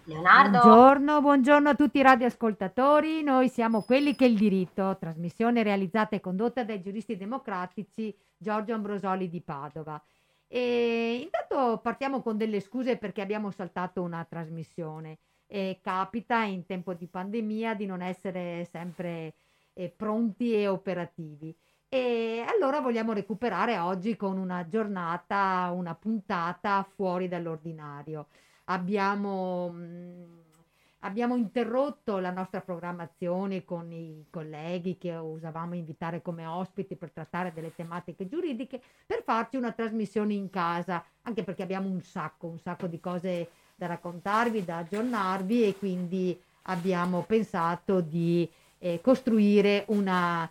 Leonardo? Buongiorno a tutti i radioascoltatori. Noi siamo Quelli che il diritto, trasmissione realizzata e condotta dai giuristi democratici Giorgio Ambrosoli di Padova. E intanto partiamo con delle scuse perché abbiamo saltato una trasmissione. E capita in tempo di pandemia di non essere sempre pronti e operativi. E allora vogliamo recuperare oggi con una giornata, una puntata fuori dall'ordinario. Abbiamo, abbiamo interrotto la nostra programmazione con i colleghi che usavamo invitare come ospiti per trattare delle tematiche giuridiche per farci una trasmissione in casa, anche perché abbiamo un sacco di cose da raccontarvi, da aggiornarvi e quindi abbiamo pensato di costruire una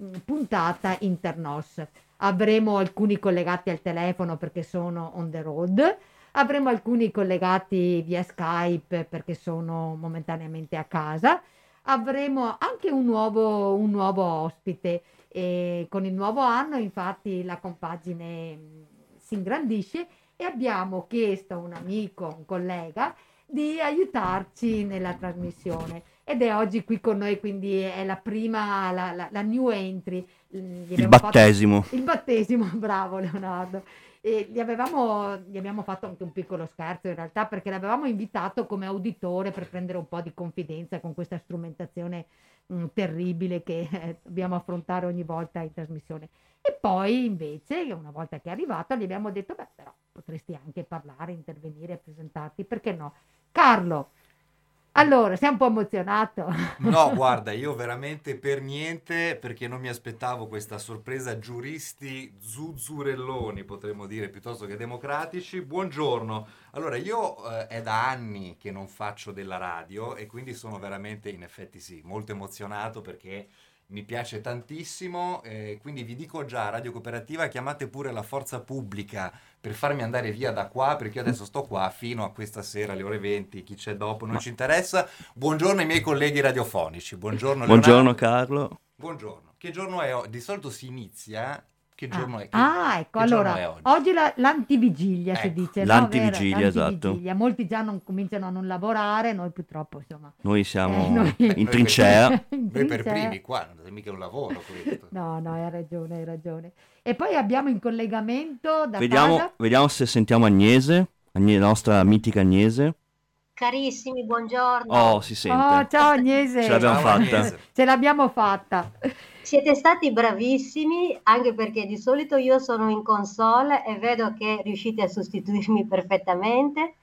puntata internos. Avremo alcuni collegati al telefono perché sono on the road. Avremo alcuni collegati via Skype perché sono momentaneamente a casa. Avremo anche un nuovo ospite e con il nuovo anno infatti la compagine si ingrandisce e abbiamo chiesto a un amico, un collega, di aiutarci nella trasmissione ed è oggi qui con noi, quindi è la prima, la new entry. Gli Il abbiamo fatto battesimo. il battesimo, bravo Leonardo. E gli abbiamo fatto anche un piccolo scherzo in realtà perché l'avevamo invitato come auditore per prendere un po' di confidenza con questa strumentazione terribile che dobbiamo affrontare ogni volta in trasmissione. E poi invece, una volta che è arrivato, gli abbiamo detto, beh, però potresti anche parlare, intervenire, presentarti, perché no? Carlo, allora, sei un po' emozionato? No, guarda, io veramente per niente, perché non mi aspettavo questa sorpresa, giuristi zuzzurelloni, potremmo dire, piuttosto che democratici. Buongiorno. Allora, io è da anni che non faccio della radio e quindi sono veramente, in effetti sì, molto emozionato perché mi piace tantissimo, quindi vi dico già, Radio Cooperativa, chiamate pure la forza pubblica per farmi andare via da qua, perché io adesso sto qua fino a questa sera alle ore 20, chi c'è dopo non Ma ci interessa. Buongiorno ai miei colleghi radiofonici, buongiorno buongiorno Leonardo, Carlo. buongiorno. Che giorno è oggi? Di solito si inizia, che Ah, giorno è? ecco, Che giorno allora, è oggi? oggi l'antivigilia si Ecco, dice, no? Vero? L'antivigilia, esatto. L'antivigilia. Molti già non cominciano a non lavorare, noi purtroppo, insomma, Noi noi siamo beh, in noi per primi, trincea. in noi per trincea. primi qua, non è mica un lavoro questo. No, no, hai ragione, hai ragione. E poi abbiamo in collegamento da Vediamo, casa. vediamo se sentiamo Agnese, la nostra mitica Agnese. Carissimi, Oh, buongiorno. si Oh, sente. ciao Ce Agnese, l'abbiamo Ciao fatta. Agnese. ce l'abbiamo fatta. Siete stati bravissimi, anche perché di solito io sono in console e vedo che riuscite a sostituirmi perfettamente.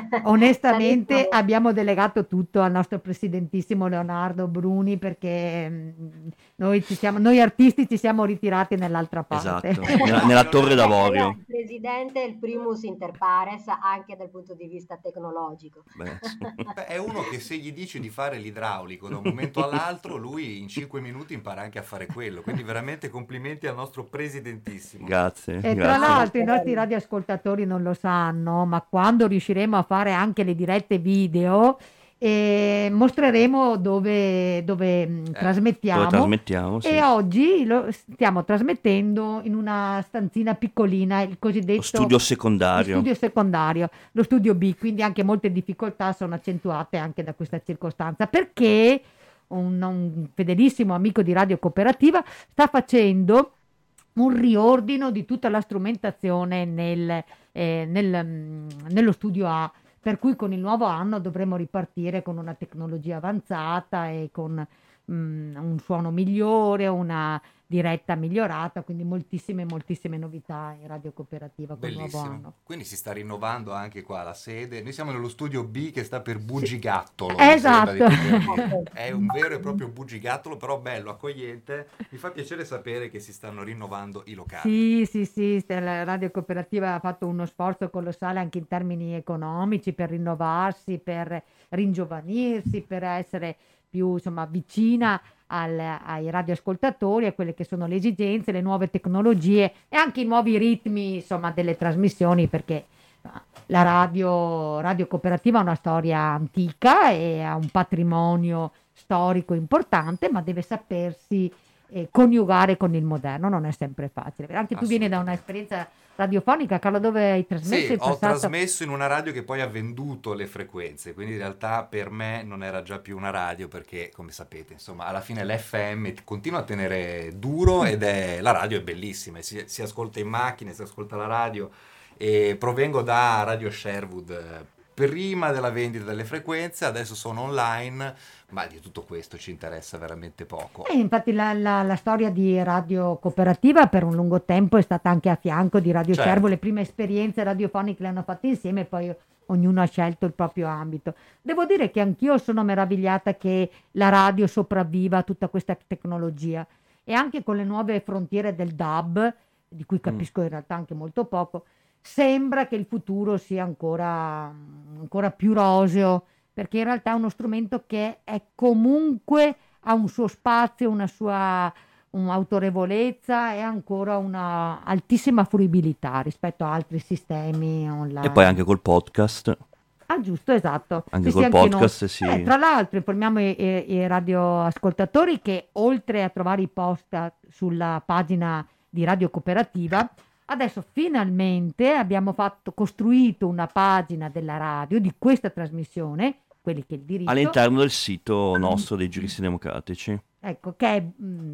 Saluto. Onestamente abbiamo delegato tutto al nostro presidentissimo Leonardo Bruni perché noi artisti ci siamo ritirati nell'altra parte. Esatto, nella torre Leonardo, Beh, d'avorio. il presidente è il primus inter pares anche dal punto di vista tecnologico. Beh, sì. beh, è uno che se gli dici di fare l'idraulico da un momento all'altro, lui in 5 minuti impara anche a fare quello. Quindi veramente complimenti al nostro presidentissimo. Grazie, E tra grazie. l'altro i nostri radioascoltatori non lo sanno, ma quando riusciremo a fare anche le dirette video, mostreremo dove Dove trasmettiamo. trasmettiamo, E sì. oggi lo stiamo trasmettendo in una stanzina piccolina, il Lo studio cosiddetto lo secondario. studio secondario, lo studio B, quindi anche molte difficoltà sono accentuate anche da questa circostanza, perché un fedelissimo amico di Radio Cooperativa sta facendo un riordino di tutta la strumentazione nello studio A, per cui con il nuovo anno dovremo ripartire con una tecnologia avanzata e con un suono migliore, una diretta migliorata, quindi moltissime, moltissime novità in Radio Cooperativa col nuovo Bellissimo. anno. Quindi si sta rinnovando anche qua la sede. Noi siamo nello studio B che sta per Sì, bugigattolo, mi sembra di esatto. poter dire. È un vero e proprio bugigattolo, però bello, accogliente. Mi fa piacere sapere che si stanno rinnovando i locali. Sì, sì, sì, la Radio Cooperativa ha fatto uno sforzo colossale anche in termini economici per rinnovarsi, per ringiovanirsi, per essere più, insomma, vicina ai radioascoltatori, a quelle che sono le esigenze, le nuove tecnologie e anche i nuovi ritmi, insomma, delle trasmissioni, perché la radio cooperativa ha una storia antica e ha un patrimonio storico importante, ma deve sapersi coniugare con il moderno non è sempre facile. Anche tu vieni da un'esperienza radiofonica, Carlo, dove hai trasmesso Sì, in ho passato? trasmesso in una radio che poi ha venduto le frequenze, quindi in realtà per me non era già più una radio perché, come sapete, insomma, alla fine l'FM continua a tenere duro la radio è bellissima, si ascolta in macchine, si ascolta la radio e provengo da Radio Sherwood prima della vendita delle frequenze, adesso sono online, ma di tutto questo ci interessa veramente poco. Infatti la storia di Radio Cooperativa per un lungo tempo è stata anche a fianco di Radio Certo. Cervo, le prime esperienze radiofoniche le hanno fatte insieme e poi ognuno ha scelto il proprio ambito. Devo dire che anch'io sono meravigliata che la radio sopravviva a tutta questa tecnologia e anche con le nuove frontiere del DAB, di cui capisco in realtà anche molto poco, sembra che il futuro sia ancora più roseo, perché in realtà è uno strumento che è comunque ha un suo spazio, una sua un'autorevolezza e ancora una altissima fruibilità rispetto a altri sistemi online. E poi anche col podcast. Ah, giusto, esatto. Anche Sì, col sì, anche podcast, noi. sì. Tra l'altro informiamo i radioascoltatori che oltre a trovare i post sulla pagina di Radio Cooperativa, adesso finalmente abbiamo costruito una pagina della radio di questa trasmissione, quelli che il diritto, All'interno del sito nostro dei giuristi democratici. ecco, che è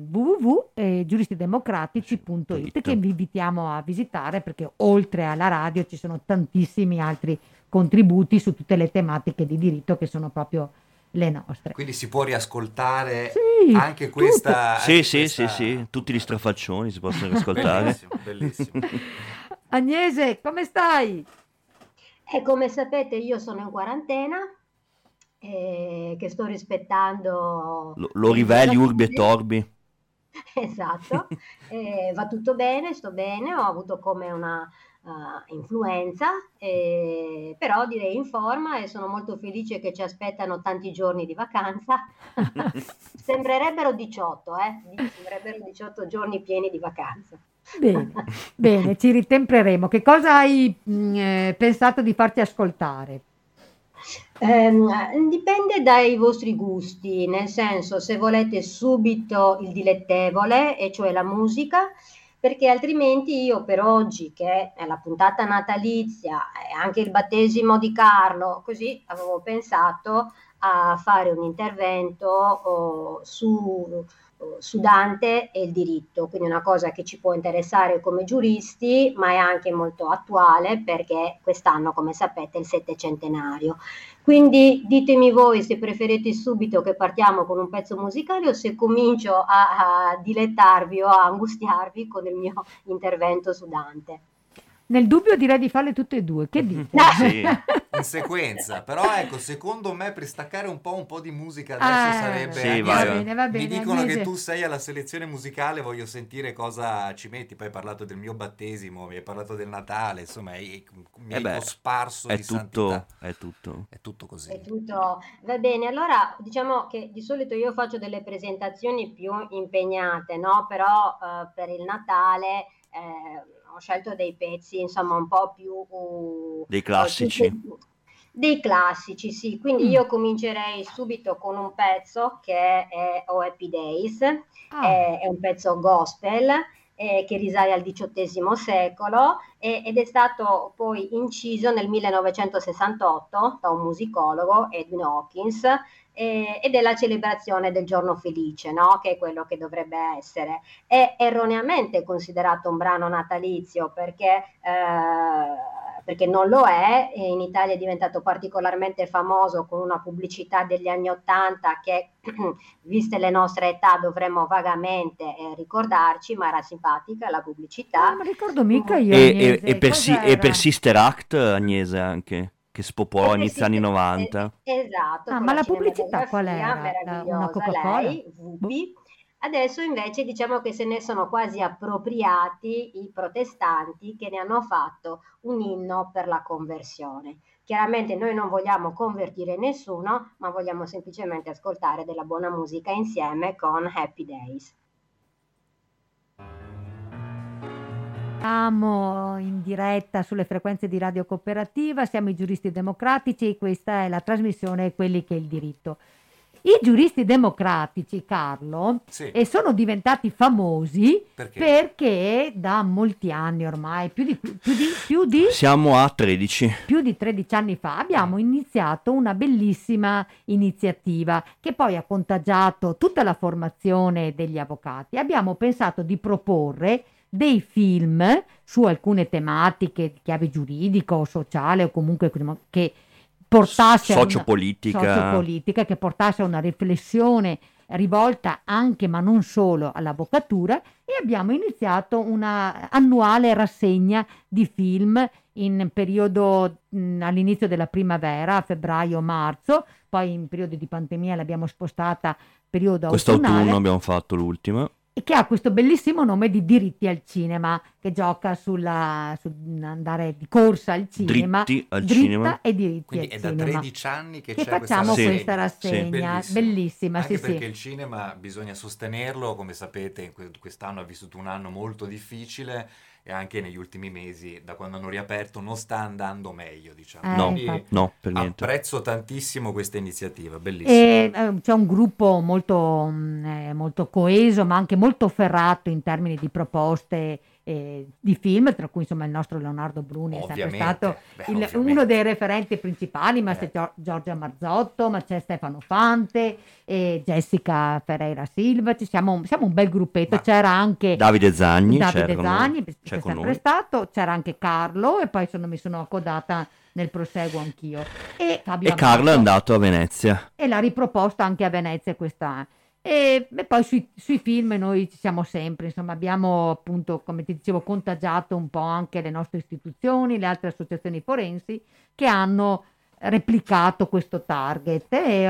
www.giuristidemocratici.it, che vi invitiamo a visitare perché oltre alla radio ci sono tantissimi altri contributi su tutte le tematiche di diritto che sono proprio le nostre. Quindi si può riascoltare Sì, anche questa... Sì, anche sì, questa- sì, tutti gli strafalcioni si possono ascoltare. Bellissimo, bellissimo. Agnese, come stai? E come sapete io sono in quarantena, che sto rispettando Lo riveli urbi e torbi. Esatto, va tutto bene, sto bene, ho avuto come una influenza, però direi in forma e sono molto felice che ci aspettano tanti giorni di vacanza. Sembrerebbero 18, sembrerebbero 18 giorni pieni di vacanza. Bene, bene, ci ritempreremo. Che cosa hai pensato di farti ascoltare? Dipende dai vostri gusti, nel senso se volete subito il dilettevole, e cioè la musica, perché altrimenti io per oggi, che è la puntata natalizia e anche il battesimo di Carlo, così avevo pensato a fare un intervento su Dante e il diritto, quindi una cosa che ci può interessare come giuristi, ma è anche molto attuale perché quest'anno, come sapete, è il settecentenario. Quindi ditemi voi se preferite subito che partiamo con un pezzo musicale o se comincio a dilettarvi o a angustiarvi con il mio intervento su Dante. Nel dubbio direi di farle tutte e due, che dite? Sì. In sequenza, però ecco, secondo me per staccare un po' di musica adesso sarebbe... Sì, anche vai, se va bene, va Mi bene, dicono Agnese. che tu sei alla selezione musicale, voglio sentire cosa ci metti, poi hai parlato del mio battesimo, mi hai parlato del Natale, insomma mi hai cosparso è di santità. è tutto. È tutto così. È tutto, va bene, allora diciamo che di solito io faccio delle presentazioni più impegnate, no? Però per il Natale ho scelto dei pezzi insomma un po' più... Dei classici. Dei classici, sì, quindi io comincerei subito con un pezzo che è O Happy Days, è un pezzo gospel che risale al XVIII secolo ed è stato poi inciso nel 1968 da un musicologo, Edwin Hawkins, ed è la celebrazione del giorno felice, no? Che è quello che dovrebbe essere. È erroneamente considerato un brano natalizio perché non lo è, e in Italia è diventato particolarmente famoso con una pubblicità degli anni '80 che, viste le nostre età, dovremmo vagamente ricordarci, ma era simpatica la pubblicità. Non mi ricordo mica io, E Agnese. per Sister Act, Agnese, anche, che spopolò a inizio anni 90. Esatto. Ah, con ma la la pubblicità qual cinematografia era? Una meravigliosa, Coca-Cola? lei, Whoopi. Adesso invece diciamo che se ne sono quasi appropriati i protestanti che ne hanno fatto un inno per la conversione. Chiaramente noi non vogliamo convertire nessuno, ma vogliamo semplicemente ascoltare della buona musica insieme con Happy Days. Siamo in diretta sulle frequenze di Radio Cooperativa, siamo i giuristi democratici e questa è la trasmissione Quelli che il diritto. I giuristi democratici, Carlo, Sì. sono diventati famosi Perché? perché da molti anni ormai, più di Siamo a 13. più di 13 anni fa abbiamo iniziato una bellissima iniziativa che poi ha contagiato tutta la formazione degli avvocati. Abbiamo pensato di proporre dei film su alcune tematiche di chiave giuridica o sociale o comunque che portasse sociopolitica, che portasse a una riflessione rivolta anche ma non solo all'avvocatura, e abbiamo iniziato una annuale rassegna di film in periodo all'inizio della primavera, a febbraio-marzo, poi in periodo di pandemia l'abbiamo spostata periodo autunnale. Quest'autunno abbiamo fatto l'ultima. E che ha questo bellissimo nome di Diritti al cinema, che gioca andare di corsa al cinema, Dritti al dritta cinema. e diritti Quindi al è da cinema. 13 anni che Che c'è facciamo questa Sì, rassegna, bellissima, Anche sì, perché sì. il cinema bisogna sostenerlo, come sapete quest'anno ha vissuto un anno molto difficile e anche negli ultimi mesi, da quando hanno riaperto, non sta andando meglio, diciamo. No, Quindi no, per niente. apprezzo tantissimo questa iniziativa, bellissima. E c'è un gruppo molto coeso, ma anche molto ferrato in termini di proposte di film, tra cui insomma il nostro Leonardo Bruni è sempre Ovviamente, stato ovviamente. uno dei referenti principali, ma c'è Giorgia Marzotto, ma c'è Stefano Fante, Jessica Ferreira Silva, siamo un bel gruppetto. Ma C'era anche Davide Zagni, Davide c'è Zagni, con c'è sempre noi. stato, c'era anche Carlo, e poi mi sono accodata nel proseguo anch'io. E Fabio E Carlo è Amato, andato a Venezia. e l'ha riproposta anche a Venezia quest'anno. E poi sui film noi ci siamo sempre, insomma abbiamo appunto, come ti dicevo, contagiato un po' anche le nostre istituzioni, le altre associazioni forensi che hanno replicato questo target,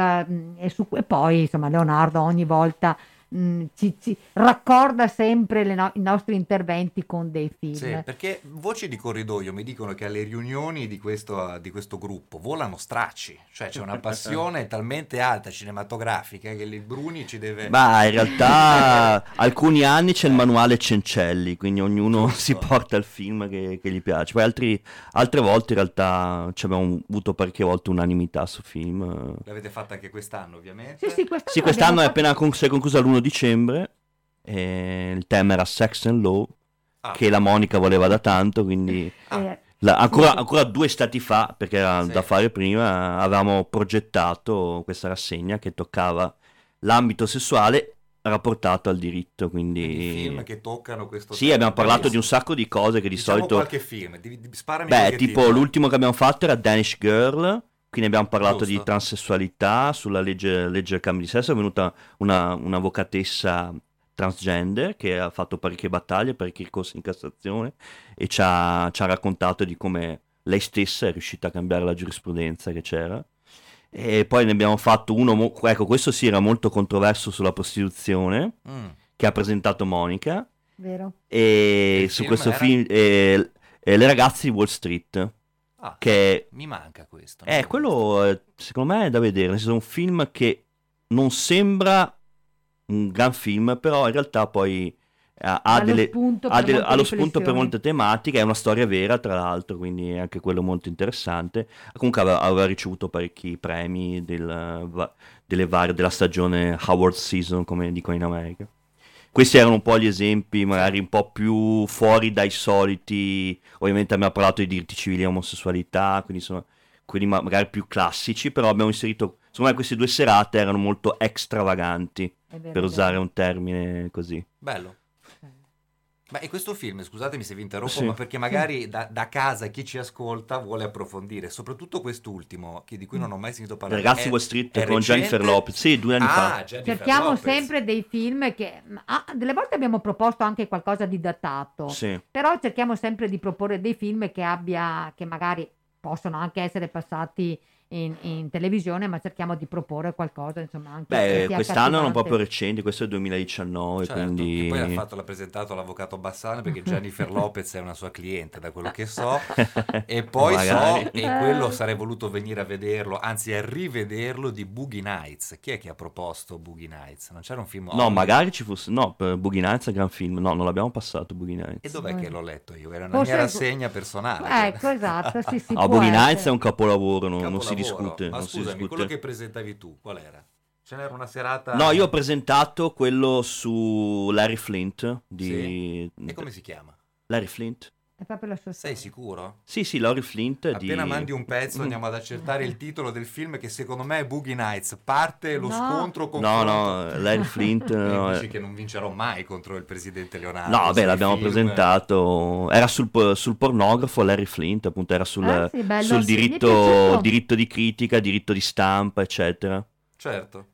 e poi insomma Leonardo ogni volta ci raccorda sempre i nostri interventi con dei film. Sì, perché voci di corridoio mi dicono che alle riunioni di questo gruppo volano stracci, cioè c'è una passione talmente alta cinematografica che il Bruni ci deve... Ma in realtà alcuni anni c'è il manuale Cencelli, quindi ognuno Giusto. si porta il film che gli piace. Poi altre volte in realtà ci abbiamo avuto parecchie volte unanimità su film. L'avete fatta anche quest'anno, ovviamente? Sì, Sì, quest'anno è abbiamo appena si è conclusa l'1 dicembre, e il tema era Sex and Law, Ah. che la Monica voleva da tanto, quindi ancora 2 stati fa, perché era Sì. da fare prima, avevamo progettato questa rassegna che toccava l'ambito sessuale rapportato al diritto, Quindi quindi film che toccano questo sì, tema. abbiamo parlato di un Bellissimo. sacco di cose che di Diciamo solito... qualche film, sparami Beh, qualche tipo titolo. l'ultimo che abbiamo fatto era Danish Girl, quindi abbiamo parlato di Giusto. transessualità, sulla legge del cambio di sesso. È venuta un'avvocatessa transgender che ha fatto parecchie battaglie, parecchi ricorsi in Cassazione, e ci ha raccontato di come lei stessa è riuscita a cambiare la giurisprudenza che c'era. E poi ne abbiamo fatto uno, ecco, questo sì era molto controverso, sulla prostituzione, Mm. che ha presentato Monica, vero? e Il su film questo era? film Le ragazze di Wall Street, Ah, che mi manca questo. quello secondo me è da vedere, nel senso, un film che non sembra un gran film, però in realtà poi ha lo spunto per molte tematiche, è una storia vera tra l'altro, quindi è anche quello molto interessante. Comunque aveva ricevuto parecchi premi della stagione Howard Season, come dicono in America. Questi erano un po' gli esempi, magari un po' più fuori dai soliti. Ovviamente abbiamo parlato di diritti civili e omosessualità, quindi sono quelli magari più classici, però abbiamo inserito, secondo me queste 2 serate erano molto extravaganti, È vero, per è usare vero. un termine così. Bello. Ma e questo film, scusatemi se vi interrompo, Sì. ma perché magari da casa chi ci ascolta vuole approfondire, soprattutto quest'ultimo, di cui non ho mai sentito I parlare. ragazzi Wall Street è con recente? Jennifer Lopez, sì, 2 anni fa. Ah, Jennifer Cerchiamo Lopez. sempre dei film che delle volte abbiamo proposto anche qualcosa di datato, Sì. però cerchiamo sempre di proporre dei film che magari possono anche essere passati in televisione, ma cerchiamo di proporre qualcosa, insomma, anche che Beh, sia quest'anno erano accattivante. proprio recenti, questo è il 2019, Certo, quindi... che poi l'ha presentato l'avvocato Bassano perché Jennifer Lopez è una sua cliente, da quello che so, e poi Magari. so, e quello sarei voluto venire a vederlo, anzi a rivederlo, di Boogie Nights. Chi è che ha proposto Boogie Nights? Non c'era un film? No, magari ci fosse... No, per Boogie Nights è un gran film. No, non l'abbiamo passato Boogie Nights. E dov'è che l'ho letto io? Era una Forse- mia rassegna personale. Ecco, esatto, sì, sì, No, può Boogie Nights essere. è un capolavoro, non si Capolavoro. discute. Ma non si scusami, discute. quello che presentavi tu, qual era? Ce n'era una serata... No, io ho presentato quello su Larry Flint. Sì? E come si chiama? Larry Flint. È proprio la sua Sei sicuro? Sì, Larry Flint. Appena mandi un pezzo andiamo ad accertare il titolo del film, che secondo me è Boogie Nights. Parte lo scontro con... No, Larry Flint... Dici che non vincerò mai contro il presidente Leonardo. No, beh, l'abbiamo presentato. Era sul pornografo Larry Flint, appunto, era sul diritto di critica, diritto di stampa, eccetera. Certo.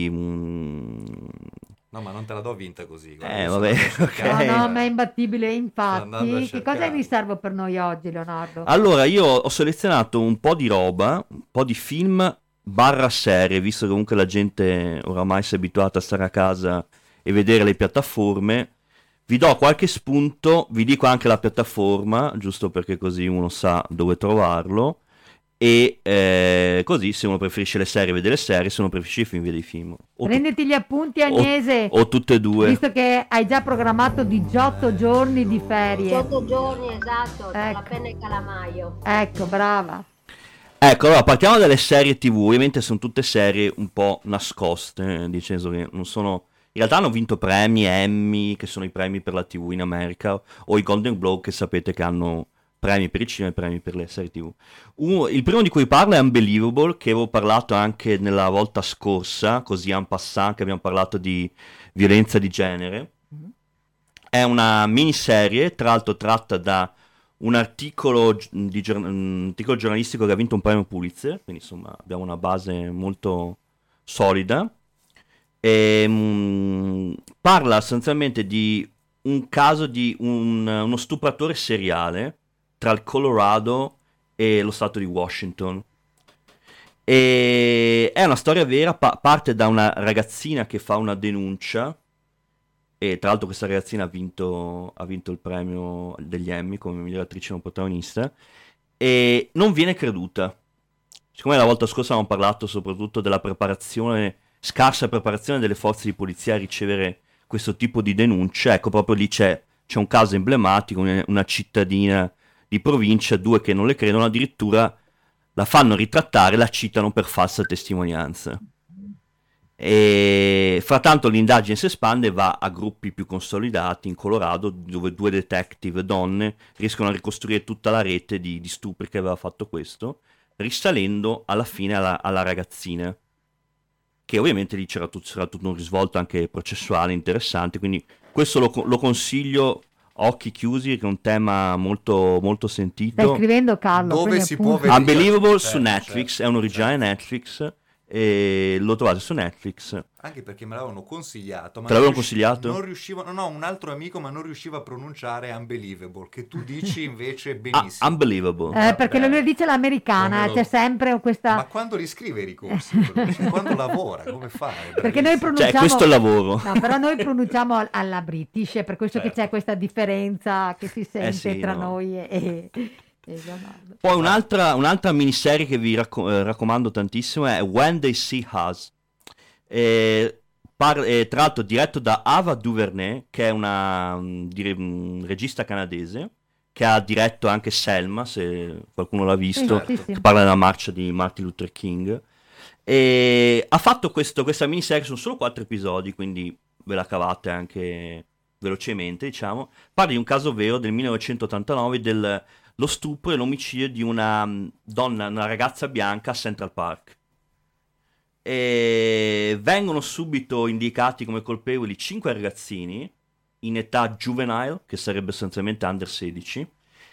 No, ma non te la do vinta così. Vabbè, okay. No, ma è imbattibile, infatti. Che cosa hai in riservo per noi oggi, Leonardo? Allora, io ho selezionato un po' di roba, un po' di film / serie, visto che comunque la gente oramai si è abituata a stare a casa e vedere le piattaforme. Vi do qualche spunto, vi dico anche la piattaforma, giusto perché così uno sa dove trovarlo. E così, se uno preferisce le serie, vede le serie, se uno preferisce i film, vede i film. Prenditi gli appunti, Agnese. O tutte e due. Visto che hai già programmato 18 giorni di ferie. 18 giorni, esatto, tra la penna e il calamaio. Ecco, brava. Ecco, allora partiamo dalle serie TV. Ovviamente sono tutte serie un po' nascoste, nel senso che non sono... In realtà hanno vinto premi, Emmy, che sono i premi per la TV in America, o i Golden Globe, che sapete che hanno... premi per il cinema e premi per le serie TV. Il primo di cui parlo è Unbelievable, che avevo parlato anche nella volta scorsa, così en passant, che abbiamo parlato di violenza di genere. È una miniserie, tra l'altro tratta da un articolo giornalistico che ha vinto un premio Pulitzer, quindi insomma abbiamo una base molto solida. Parla sostanzialmente di un caso di uno stupratore seriale tra il Colorado e lo stato di Washington. E è una storia vera, parte da una ragazzina che fa una denuncia, e tra l'altro questa ragazzina ha vinto il premio degli Emmy come miglior attrice non protagonista, e non viene creduta. Siccome la volta scorsa avevamo parlato soprattutto della scarsa preparazione delle forze di polizia a ricevere questo tipo di denuncia, ecco, proprio lì c'è un caso emblematico, una cittadina di provincia, 2 che non le credono, addirittura la fanno ritrattare, la citano per falsa testimonianza. E frattanto l'indagine si espande e va a gruppi più consolidati in Colorado, dove 2 detective donne riescono a ricostruire tutta la rete di stupri che aveva fatto questo, risalendo alla fine alla ragazzina, che ovviamente lì sarà tutto un risvolto anche processuale interessante, quindi questo lo consiglio occhi chiusi, che è un tema molto, molto sentito. Stai scrivendo, Carlo? Dove si può vedere? Unbelievable su Netflix, è un originale Netflix, e lo trovate su Netflix. Anche perché me l'avevano consigliato. Ma te l'avevano consigliato? Non riuscivo, no, un altro amico, ma non riusciva a pronunciare Unbelievable, che tu dici invece benissimo. Unbelievable. Perché lo dice l'americana, c'è sempre questa... Ma quando li scrive i ricorsi? Quando lavora? Come fa? Perché noi pronunciamo... Cioè, questo è il lavoro. No, però noi pronunciamo alla British, è per questo che c'è questa differenza che si sente tra noi e Poi un'altra miniserie che vi raccomando tantissimo è When They See Us. Tra l'altro diretto da Ava DuVernay, che è un regista canadese, che ha diretto anche Selma, se qualcuno l'ha visto, sì. che parla della marcia di Martin Luther King. E ha fatto questa miniserie, sono solo 4 episodi, quindi ve la cavate anche velocemente, diciamo. Parla di un caso vero del 1989 lo stupro e l'omicidio di una donna, una ragazza bianca a Central Park. E vengono subito indicati come colpevoli 5 ragazzini in età juvenile, che sarebbe sostanzialmente under 16,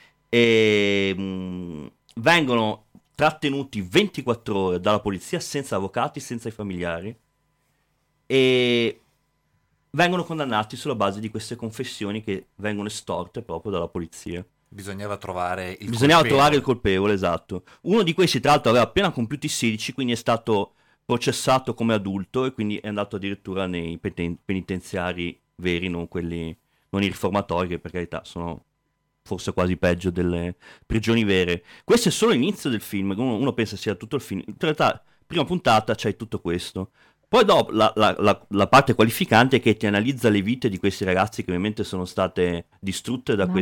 e vengono trattenuti 24 ore dalla polizia senza avvocati, senza i familiari, e vengono condannati sulla base di queste confessioni che vengono estorte proprio dalla polizia. Bisognava trovare il colpevole, esatto. Uno di questi, tra l'altro, aveva appena compiuto i 16, quindi è stato processato come adulto e quindi è andato addirittura nei penitenziari veri, non i riformatori, che per carità sono forse quasi peggio delle prigioni vere. Questo è solo l'inizio del film, uno pensa sia tutto il film. In realtà, prima puntata c'hai tutto questo. Poi dopo la parte qualificante è che ti analizza le vite di questi ragazzi che ovviamente sono state distrutte da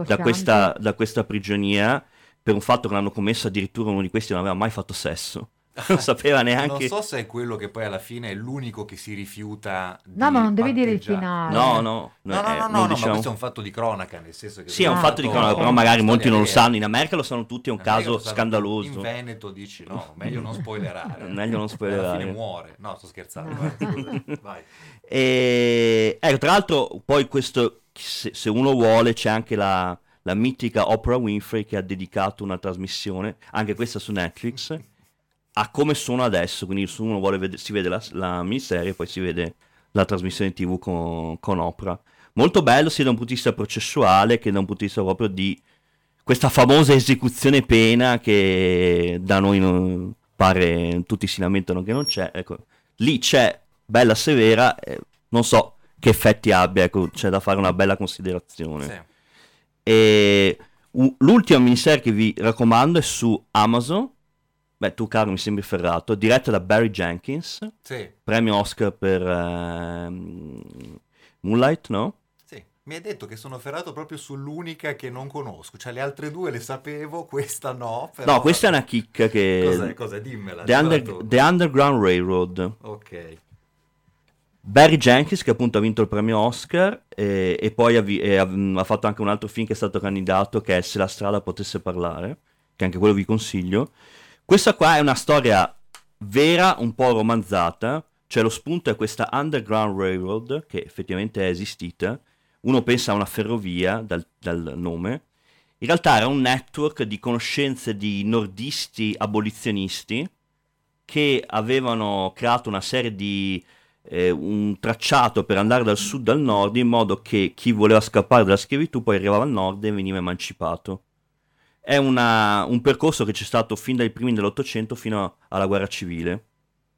questa prigionia per un fatto che l'hanno commesso, addirittura uno di questi non aveva mai fatto sesso. non sapeva neanche. Non so se è quello che poi alla fine è l'unico che si rifiuta di No, ma non devi dire il patteggiare. finale. No, No, diciamo. ma questo è un fatto di cronaca, nel senso che Sì, è un Ah, fatto di ok, cronaca, ok. però magari una molti non lo storia vera. sanno. In America lo sanno tutti, è un In America caso lo sanno tutti. scandaloso. In Veneto dici no, meglio non spoilerare. Meglio non Alla spoilerare. fine muore. No, sto scherzando. No. Vai, scusa, vai. E ecco, tra l'altro, poi questo, se uno vuole, c'è anche la mitica Oprah Winfrey che ha dedicato una trasmissione, anche questa su Netflix, a come sono adesso. Quindi se uno vuole si vede la miniserie e poi si vede la trasmissione TV con Oprah. Molto bello sia da un punto di vista processuale che da un punto di vista proprio di questa famosa esecuzione pena che da noi non pare, tutti si lamentano che non c'è. Ecco, lì c'è, bella severa, non so che effetti abbia, ecco, c'è da fare una bella considerazione. Sì. E l'ultima miniserie che vi raccomando è su Amazon. Beh, tu caro mi sembri ferrato, diretta da Barry Jenkins, Sì. premio Oscar per Moonlight, no? Sì, mi hai detto che sono ferrato proprio sull'unica che non conosco, cioè le altre due le sapevo, questa no, però... No, questa è una chicca che... Cos'è? Dimmela. The Underground Railroad. Ok. Barry Jenkins, che appunto ha vinto il premio Oscar, e poi ha fatto anche un altro film che è stato candidato, che è Se la strada potesse parlare, che anche quello vi consiglio. Questa qua è una storia vera, un po' romanzata, cioè lo spunto è questa Underground Railroad, che effettivamente è esistita. Uno pensa a una ferrovia dal nome. In realtà era un network di conoscenze di nordisti abolizionisti che avevano creato una serie di... un tracciato per andare dal sud al nord, in modo che chi voleva scappare dalla schiavitù poi arrivava al nord e veniva emancipato. È un percorso che c'è stato fin dai primi dell'Ottocento fino alla guerra civile.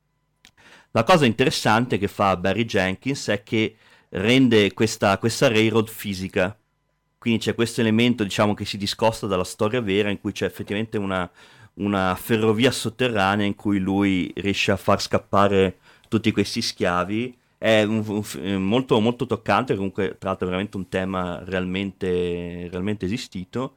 La cosa interessante che fa Barry Jenkins è che rende questa railroad fisica. Quindi c'è questo elemento, diciamo, che si discosta dalla storia vera, in cui c'è effettivamente una ferrovia sotterranea in cui lui riesce a far scappare tutti questi schiavi. È molto, molto toccante, comunque tratta veramente un tema realmente esistito,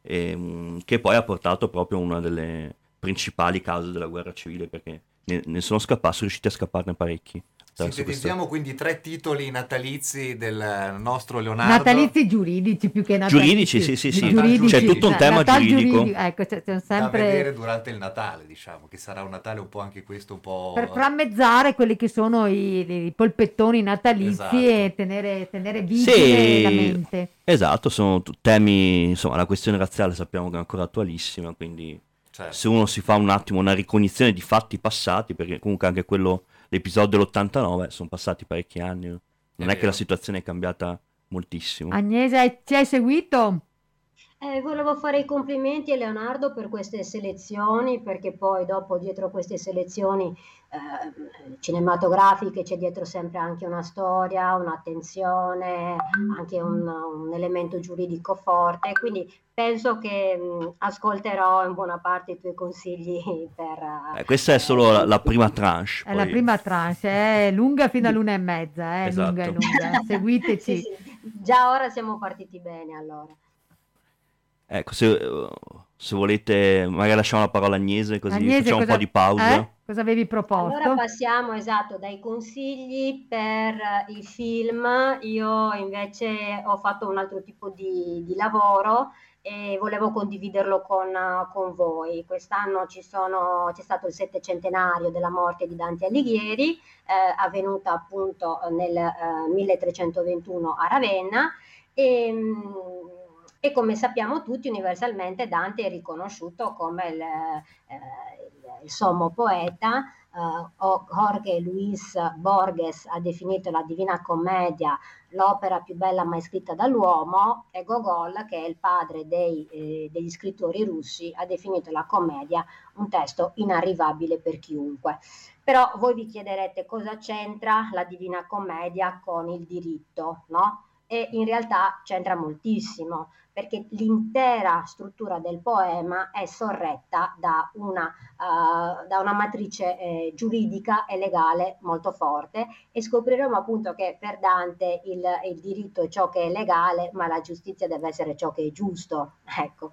che poi ha portato proprio a una delle principali cause della guerra civile, perché ne sono riusciti a scapparne parecchi. Sintetizziamo quindi 3 titoli natalizi del nostro Leonardo. Natalizi giuridici più che natalizi. Giuridici, sì. Giuridici. C'è tutto un tema giuridico. Ecco, c'è Da sempre... vedere durante il Natale, diciamo, che sarà un Natale un po' anche questo, un po'... Per frammezzare quelli che sono i polpettoni natalizi, Esatto. E tenere vigile la mente. Esatto, sono temi, insomma, la questione razziale sappiamo che è ancora attualissima, quindi Certo. se uno si fa un attimo una ricognizione di fatti passati, perché comunque anche l'episodio dell'89 sono passati parecchi anni, non è che vero. la situazione è cambiata moltissimo. Agnese, ci hai seguito? Volevo fare i complimenti a Leonardo per queste selezioni, perché poi dopo dietro queste selezioni cinematografiche c'è dietro sempre anche una storia, un'attenzione, anche un elemento giuridico forte, quindi penso che ascolterò in buona parte i tuoi consigli per... Questa è solo la prima tranche. È la prima tranche, è lunga fino all'1:30, è Esatto. lunga. Seguiteci. Sì. Già ora siamo partiti bene, allora. Ecco, se volete, magari lasciamo la parola a Agnese, così Agnese, facciamo un po' di pausa. Cosa avevi proposto? Allora passiamo, esatto, dai consigli per i film. Io invece ho fatto un altro tipo di lavoro e volevo condividerlo con voi. Quest'anno c'è stato il 700° della morte di Dante Alighieri, avvenuta appunto nel 1321 a Ravenna, e come sappiamo tutti, universalmente Dante è riconosciuto come il sommo poeta. Jorge Luis Borges ha definito la Divina Commedia l'opera più bella mai scritta dall'uomo, e Gogol, che è il padre degli scrittori russi, ha definito la commedia un testo inarrivabile per chiunque. Però voi vi chiederete cosa c'entra la Divina Commedia con il diritto, no? E in realtà c'entra moltissimo, perché l'intera struttura del poema è sorretta da una matrice giuridica e legale molto forte, e scopriremo appunto che per Dante il diritto è ciò che è legale, ma la giustizia deve essere ciò che è giusto, ecco.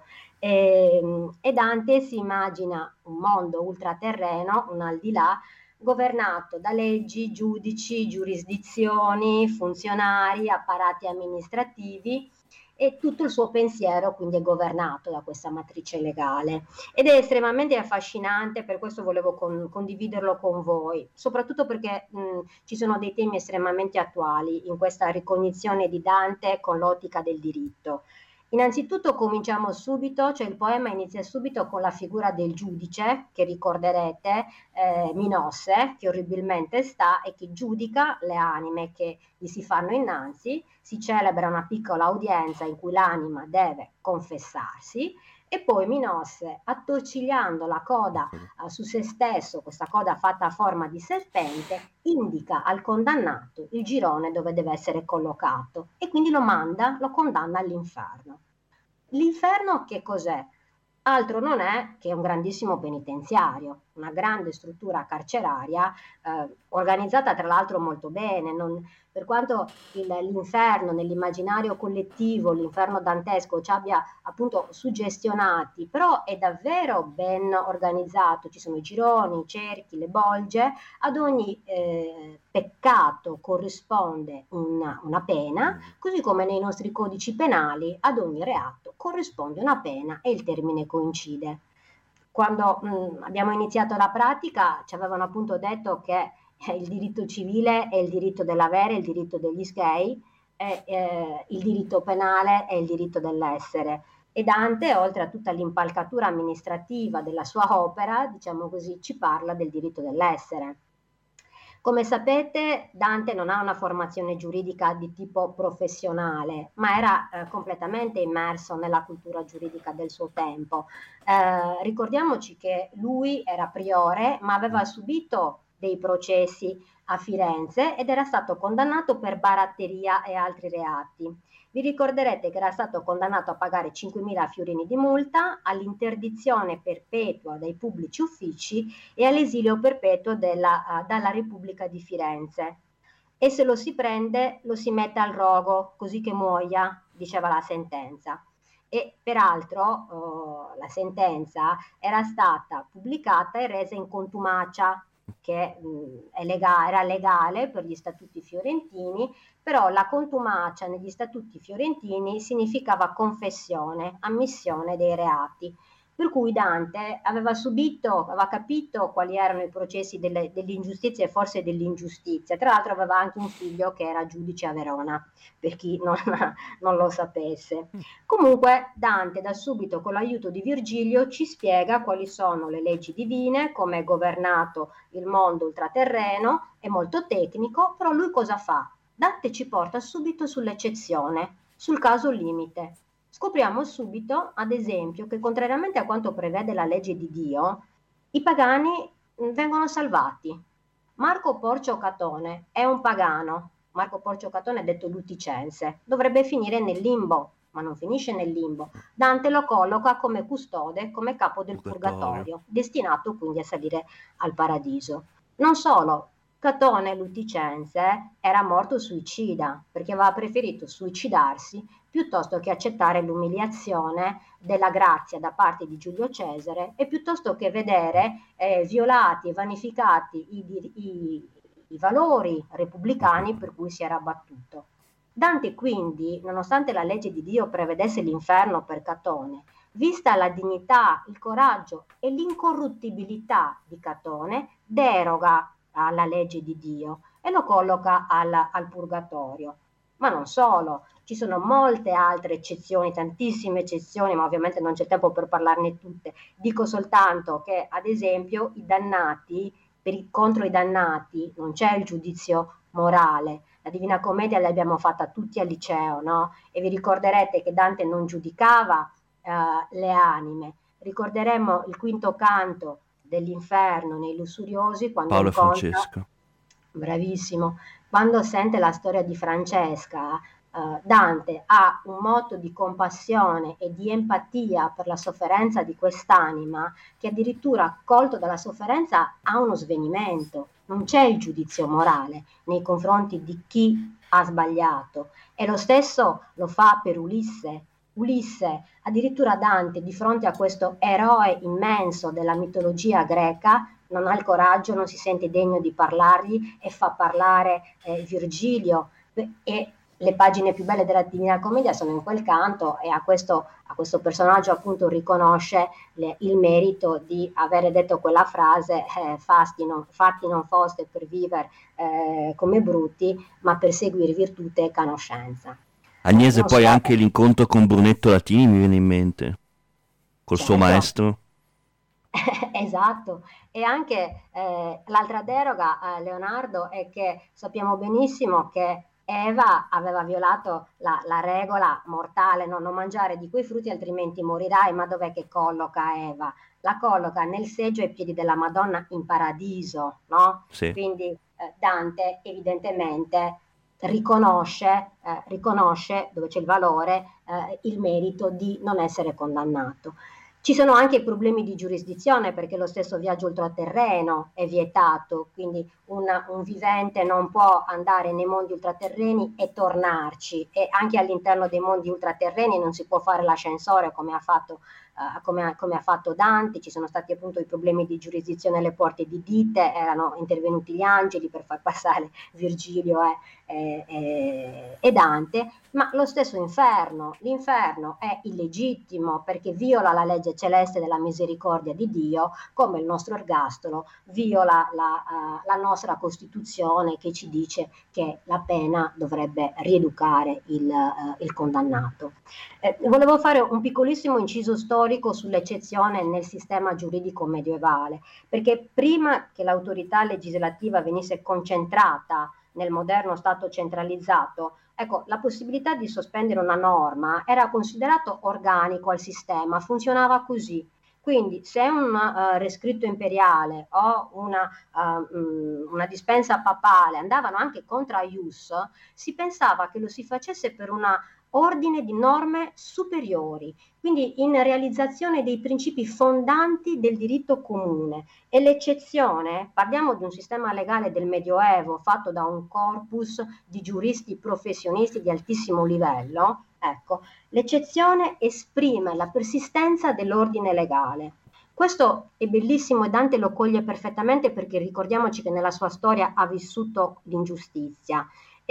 E Dante si immagina un mondo ultraterreno, un al di là, governato da leggi, giudici, giurisdizioni, funzionari, apparati amministrativi, e tutto il suo pensiero quindi è governato da questa matrice legale ed è estremamente affascinante, per questo volevo condividerlo con voi, soprattutto perché ci sono dei temi estremamente attuali in questa ricognizione di Dante con l'ottica del diritto. Innanzitutto cominciamo subito, cioè il poema inizia subito con la figura del giudice, che ricorderete, Minosse, che orribilmente sta e che giudica le anime che gli si fanno innanzi, si celebra una piccola udienza in cui l'anima deve confessarsi e poi Minosse, attorcigliando la coda su se stesso, questa coda fatta a forma di serpente, indica al condannato il girone dove deve essere collocato e quindi lo condanna all'inferno. L'inferno che cos'è? Altro non è che un grandissimo penitenziario, una grande struttura carceraria organizzata tra l'altro molto bene, per quanto l'inferno nell'immaginario collettivo, l'inferno dantesco ci abbia appunto suggestionati, però è davvero ben organizzato, ci sono i gironi, i cerchi, le bolge, ad ogni peccato corrisponde una pena, così come nei nostri codici penali ad ogni reato corrisponde una pena e il termine coincide. Quando abbiamo iniziato la pratica ci avevano appunto detto che il diritto civile è il diritto dell'avere, il diritto degli schei, il diritto penale è il diritto dell'essere. E Dante, oltre a tutta l'impalcatura amministrativa della sua opera, diciamo così, ci parla del diritto dell'essere. Come sapete, Dante non ha una formazione giuridica di tipo professionale, ma era completamente immerso nella cultura giuridica del suo tempo. Ricordiamoci che lui era priore, ma aveva subito dei processi a Firenze ed era stato condannato per baratteria e altri reati. Vi ricorderete che era stato condannato a pagare 5.000 fiorini di multa, all'interdizione perpetua dai pubblici uffici e all'esilio perpetuo dalla Repubblica di Firenze. E se lo si prende, lo si mette al rogo, così che muoia, diceva la sentenza. E peraltro la sentenza era stata pubblicata e resa in contumacia, che era legale per gli statuti fiorentini, però la contumacia negli statuti fiorentini significava confessione, ammissione dei reati. Per cui Dante aveva capito quali erano i processi dell'ingiustizia e forse dell'ingiustizia. Tra l'altro aveva anche un figlio che era giudice a Verona, per chi non lo sapesse. Comunque Dante da subito con l'aiuto di Virgilio ci spiega quali sono le leggi divine, come è governato il mondo ultraterreno, è molto tecnico, però lui cosa fa? Dante ci porta subito sull'eccezione, sul caso limite. Scopriamo subito, ad esempio, che contrariamente a quanto prevede la legge di Dio, i pagani vengono salvati. Marco Porcio Catone è un pagano. Marco Porcio Catone è detto luticense. Dovrebbe finire nel limbo, ma non finisce nel limbo. Dante lo colloca come custode, come capo del purgatorio, destinato quindi a salire al paradiso. Non solo, Catone luticense era morto suicida, perché aveva preferito suicidarsi piuttosto che accettare l'umiliazione della grazia da parte di Giulio Cesare e piuttosto che vedere violati e vanificati i valori repubblicani per cui si era battuto. Dante quindi, nonostante la legge di Dio prevedesse l'inferno per Catone, vista la dignità, il coraggio e l'incorruttibilità di Catone, deroga alla legge di Dio e lo colloca al purgatorio. Ma non solo, ci sono molte altre eccezioni, tantissime eccezioni, ma ovviamente non c'è tempo per parlarne tutte. Dico soltanto che, ad esempio, i dannati, contro i dannati non c'è il giudizio morale. La Divina Commedia l'abbiamo fatta tutti al liceo, no? E vi ricorderete che Dante non giudicava le anime. Ricorderemo il quinto canto dell'Inferno nei Lussuriosi quando Paolo e Francesca. Bravissimo. Quando sente la storia di Francesca, Dante ha un moto di compassione e di empatia per la sofferenza di quest'anima che addirittura, colto dalla sofferenza, ha uno svenimento. Non c'è il giudizio morale nei confronti di chi ha sbagliato. E lo stesso lo fa per Ulisse. Ulisse, addirittura Dante, di fronte a questo eroe immenso della mitologia greca, non ha il coraggio, non si sente degno di parlargli e fa parlare Virgilio, e le pagine più belle della Divina Commedia sono in quel canto, e a questo personaggio appunto riconosce il merito di avere detto quella frase, fatti non foste per vivere come brutti, ma per seguire virtute e conoscenza. Agnese, poi anche l'incontro con Brunetto Latini mi viene in mente, col suo maestro. Esatto, e anche l'altra deroga, Leonardo, è che sappiamo benissimo che Eva aveva violato la regola mortale, no? Non mangiare di quei frutti altrimenti morirai, ma dov'è che colloca Eva? La colloca nel seggio ai piedi della Madonna in paradiso, no? Sì. Quindi Dante evidentemente riconosce dove c'è il valore, il merito di non essere condannato. Ci sono anche problemi di giurisdizione, perché lo stesso viaggio ultraterreno è vietato, quindi un vivente non può andare nei mondi ultraterreni e tornarci, e anche all'interno dei mondi ultraterreni non si può fare l'ascensore come ha fatto Dante. Ci sono stati appunto i problemi di giurisdizione alle porte di Dite, erano intervenuti gli angeli per far passare Virgilio e Dante, ma lo stesso l'inferno è illegittimo perché viola la legge celeste della misericordia di Dio, come il nostro ergastolo viola la nostra Costituzione, che ci dice che la pena dovrebbe rieducare il condannato. Volevo fare un piccolissimo inciso storico sull'eccezione nel sistema giuridico medievale, perché prima che l'autorità legislativa venisse concentrata nel moderno Stato centralizzato, ecco, la possibilità di sospendere una norma era considerato organico al sistema, funzionava così. Quindi se un rescritto imperiale o una dispensa papale andavano anche contra ius, si pensava che lo si facesse per una ordine di norme superiori, quindi in realizzazione dei principi fondanti del diritto comune. E l'eccezione, parliamo di un sistema legale del Medioevo fatto da un corpus di giuristi professionisti di altissimo livello, ecco, l'eccezione esprime la persistenza dell'ordine legale. Questo è bellissimo e Dante lo coglie perfettamente, perché ricordiamoci che nella sua storia ha vissuto l'ingiustizia.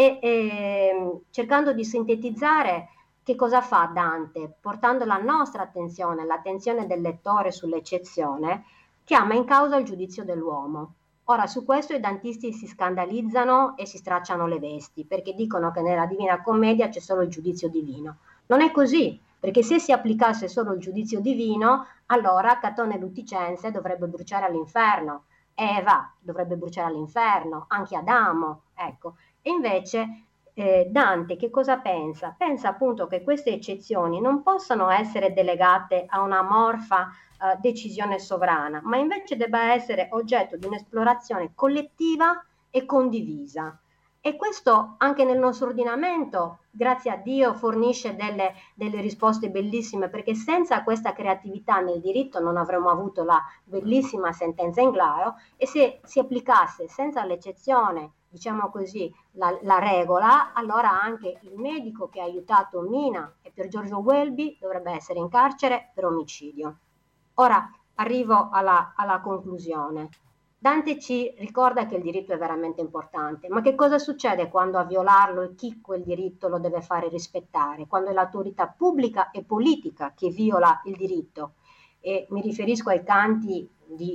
E cercando di sintetizzare, che cosa fa Dante? Portando la nostra attenzione, l'attenzione del lettore sull'eccezione, chiama in causa il giudizio dell'uomo. Ora, su questo i dantisti si scandalizzano e si stracciano le vesti, perché dicono che nella Divina Commedia c'è solo il giudizio divino. Non è così, perché se si applicasse solo il giudizio divino, allora Catone Luticense dovrebbe bruciare all'inferno, Eva dovrebbe bruciare all'inferno, anche Adamo, ecco. E invece Dante che cosa pensa? Pensa appunto che queste eccezioni non possano essere delegate a una amorfa decisione sovrana, ma invece debba essere oggetto di un'esplorazione collettiva e condivisa. E questo anche nel nostro ordinamento, grazie a Dio, fornisce delle risposte bellissime, perché senza questa creatività nel diritto non avremmo avuto la bellissima sentenza Englaro, e se si applicasse senza l'eccezione, diciamo così, la regola, allora anche il medico che ha aiutato Mina e Pier Giorgio Welby dovrebbe essere in carcere per omicidio. Ora arrivo alla conclusione. Dante ci ricorda che il diritto è veramente importante, ma che cosa succede quando a violarlo e chi quel diritto lo deve fare rispettare? Quando è l'autorità pubblica e politica che viola il diritto. E mi riferisco ai canti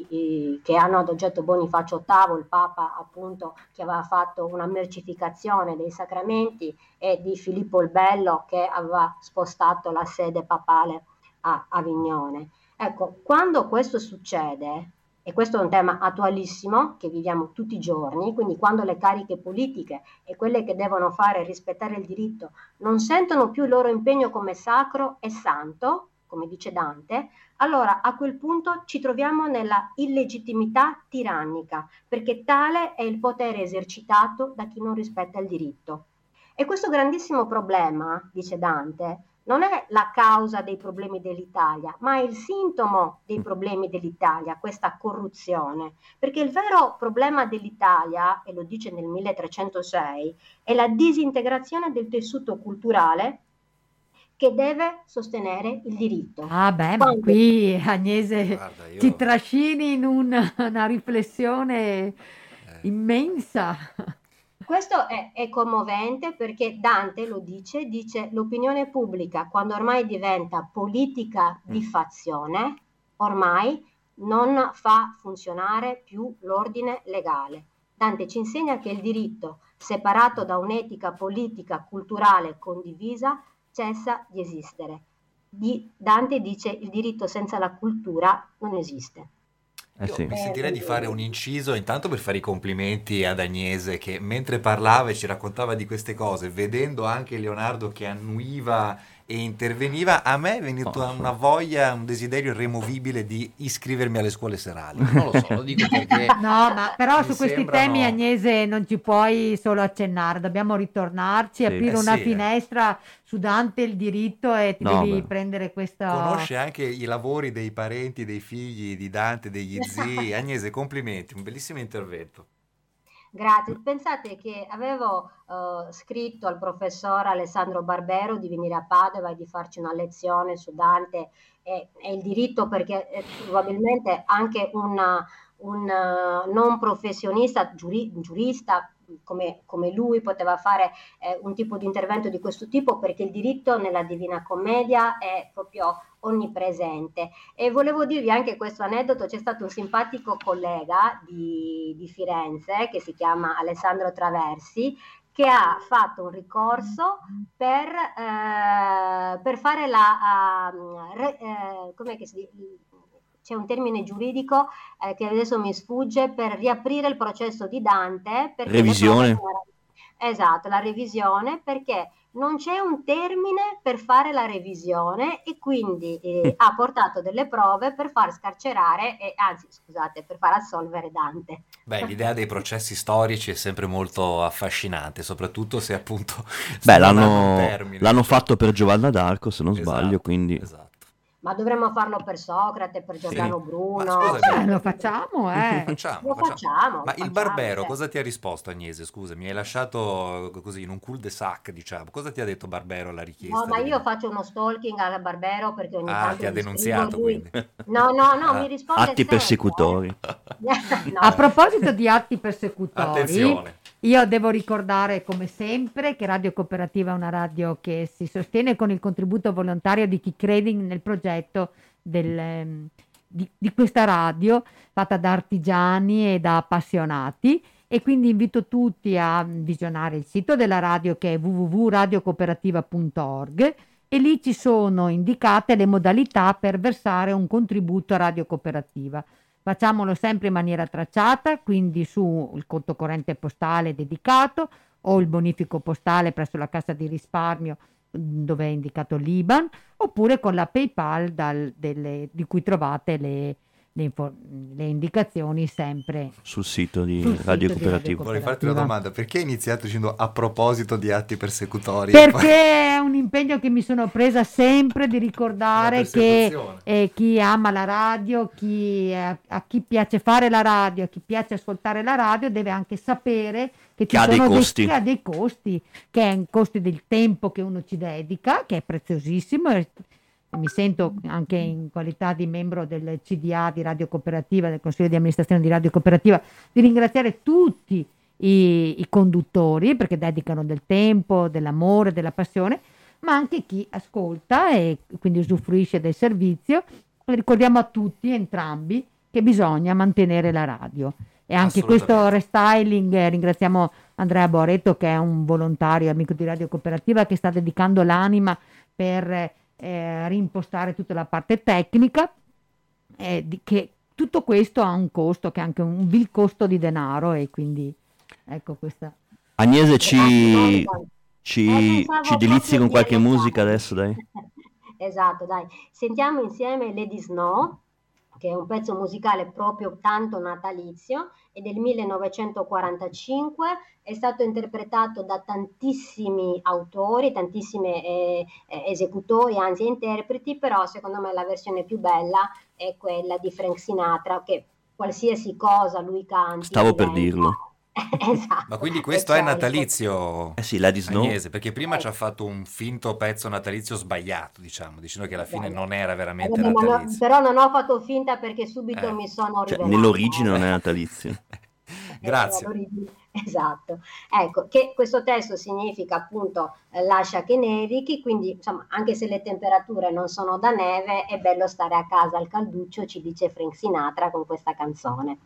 che hanno ad oggetto Bonifacio VIII, il Papa appunto che aveva fatto una mercificazione dei sacramenti, e di Filippo il Bello che aveva spostato la sede papale a Avignone. Ecco, quando questo succede, e questo è un tema attualissimo che viviamo tutti i giorni, quindi quando le cariche politiche e quelle che devono fare rispettare il diritto non sentono più il loro impegno come sacro e santo, come dice Dante, allora a quel punto ci troviamo nella illegittimità tirannica, perché tale è il potere esercitato da chi non rispetta il diritto. E questo grandissimo problema, dice Dante, non è la causa dei problemi dell'Italia, ma è il sintomo dei problemi dell'Italia, questa corruzione. Perché il vero problema dell'Italia, e lo dice nel 1306, è la disintegrazione del tessuto culturale che deve sostenere il diritto. Ah beh, ma qui Agnese ci trascini in una riflessione immensa. Questo è commovente perché Dante lo dice l'opinione pubblica quando ormai diventa politica di fazione, ormai non fa funzionare più l'ordine legale. Dante ci insegna che il diritto, separato da un'etica politica, culturale condivisa, cessa di esistere. Dante dice il diritto senza la cultura non esiste. Mi sentirei di fare un inciso intanto per fare i complimenti ad Agnese che mentre parlava e ci raccontava di queste cose, vedendo anche Leonardo che annuiva e interveniva, a me è venuta una voglia, un desiderio irremovibile di iscrivermi alle scuole serali. Non lo so, lo dico perché no, ma però su questi temi, Agnese, non ci puoi solo accennare, dobbiamo ritornarci, aprire una finestra su Dante il diritto e ti devi prendere questa... Conosce anche i lavori dei parenti, dei figli di Dante, degli zii. Agnese, complimenti, un bellissimo intervento. Grazie, pensate che avevo scritto al professor Alessandro Barbero di venire a Padova e di farci una lezione su Dante e il diritto, perché probabilmente anche un non professionista, giurista come lui poteva fare un tipo di intervento di questo tipo, perché il diritto nella Divina Commedia è proprio onnipresente. E volevo dirvi anche questo aneddoto: c'è stato un simpatico collega di Firenze che si chiama Alessandro Traversi, che ha fatto un ricorso per fare com'è che si dice? C'è un termine giuridico che adesso mi sfugge, per riaprire il processo di Dante. Revisione. Esatto, la revisione, perché non c'è un termine per fare la revisione e quindi ha portato delle prove per far scarcerare, per far assolvere Dante. Beh, l'idea dei processi storici è sempre molto affascinante, soprattutto se appunto... l'hanno fatto per Giovanna d'Arco, se non sbaglio, quindi... Esatto. Ma dovremmo farlo per Socrate, per Giordano Bruno. Lo facciamo, Lo facciamo. Ma il Barbero cosa ti ha risposto, Agnese? Scusa, mi hai lasciato così in un cul-de-sac, diciamo. Cosa ti ha detto Barbero alla richiesta? No, ma io faccio uno stalking al Barbero perché ogni tanto ti ha denunziato, quindi. No, mi risponde atti persecutori. No. A proposito di atti persecutori, attenzione. Io devo ricordare come sempre che Radio Cooperativa è una radio che si sostiene con il contributo volontario di chi crede nel progetto di questa radio fatta da artigiani e da appassionati, e quindi invito tutti a visionare il sito della radio, che è www.radiocooperativa.org, e lì ci sono indicate le modalità per versare un contributo a Radio Cooperativa. Facciamolo sempre in maniera tracciata, quindi sul conto corrente postale dedicato o il bonifico postale presso la Cassa di Risparmio dove è indicato l'IBAN, oppure con la PayPal di cui trovate le indicazioni sempre sul sito di Radio Cooperativa. Vorrei farti una domanda: perché hai iniziato dicendo a proposito di atti persecutori? Perché è un impegno che mi sono presa sempre di ricordare che chi ama la radio, a chi piace fare la radio, a chi piace ascoltare la radio, deve anche sapere che ci sono dei costi, che è un costi del tempo che uno ci dedica, che è preziosissimo. Mi sento anche in qualità di membro del CDA di Radio Cooperativa, del Consiglio di amministrazione di Radio Cooperativa, di ringraziare tutti i conduttori, perché dedicano del tempo, dell'amore, della passione, ma anche chi ascolta e quindi usufruisce del servizio. Ricordiamo a tutti, entrambi, che bisogna mantenere la radio. E anche questo restyling, ringraziamo Andrea Boaretto, che è un volontario amico di Radio Cooperativa, che sta dedicando l'anima per reimpostare tutta la parte tecnica, che tutto questo ha un costo, che è anche un vil costo di denaro, e quindi ecco questa. Agnese, ci delizi con qualche musica adesso, dai. Esatto, dai. Sentiamo insieme Lady Snow, che è un pezzo musicale proprio tanto natalizio, è del 1945, è stato interpretato da tantissimi autori, tantissimi esecutori, anzi interpreti, però secondo me la versione più bella è quella di Frank Sinatra, che qualsiasi cosa lui canti. Stavo per dirlo. Esatto, Ma quindi questo è natalizio, sì, Lady Snow. Agnese, perché prima ci ha fatto un finto pezzo natalizio sbagliato, diciamo, dicendo che alla fine non era veramente natalizio. però non ho fatto finta perché subito mi sono Cioè, rivelata. nell'origine non è natalizio. Grazie. Esatto. Ecco, che questo testo significa appunto lascia che nevichi, quindi insomma, anche se le temperature non sono da neve, è bello stare a casa al calduccio, ci dice Frank Sinatra con questa canzone.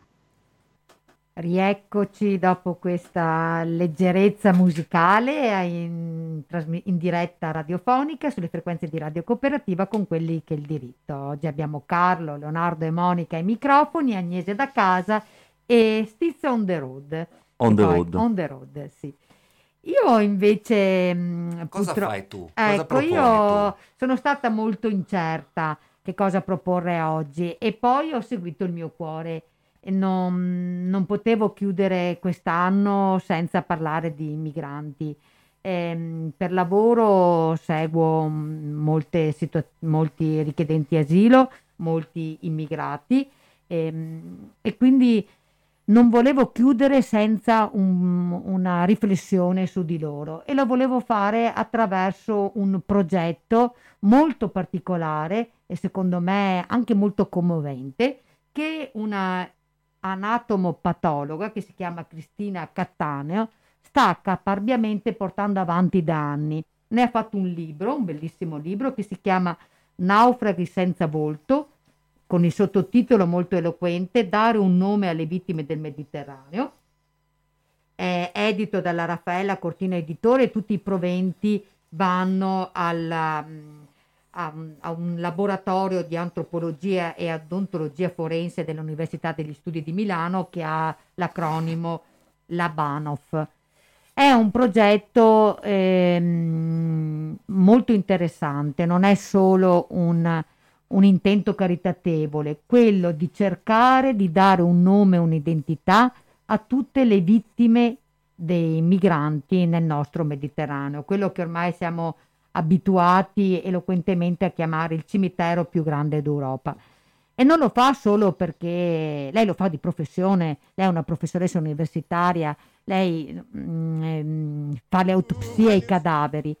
Rieccoci dopo questa leggerezza musicale in diretta radiofonica sulle frequenze di Radio Cooperativa con quelli che è il diritto. Oggi abbiamo Carlo, Leonardo e Monica ai microfoni, Agnese da casa e Stiz on the road. On the road, sì. Io invece cosa fai tu? Cosa ecco, proponi io tu? sono stata molto incerta che cosa proporre oggi e poi ho seguito il mio cuore. E non potevo chiudere quest'anno senza parlare di migranti. Per lavoro seguo molti richiedenti asilo, molti immigrati e quindi non volevo chiudere senza una riflessione su di loro e lo volevo fare attraverso un progetto molto particolare e secondo me anche molto commovente che una anatomopatologa che si chiama Cristina Cattaneo sta caparbiamente portando avanti da anni. Ne ha fatto un libro, un bellissimo libro che si chiama Naufraghi senza volto, con il sottotitolo molto eloquente Dare un nome alle vittime del Mediterraneo. È edito dalla Raffaella Cortina Editore e tutti i proventi vanno a un laboratorio di antropologia e odontologia forense dell'Università degli Studi di Milano che ha l'acronimo LABANOF. È un progetto molto interessante, non è solo un intento caritatevole, quello di cercare di dare un nome e un'identità a tutte le vittime dei migranti nel nostro Mediterraneo, quello che ormai siamo abituati eloquentemente a chiamare il cimitero più grande d'Europa. E non lo fa solo perché lei lo fa di professione, lei è una professoressa universitaria, lei fa le autopsie ai cadaveri.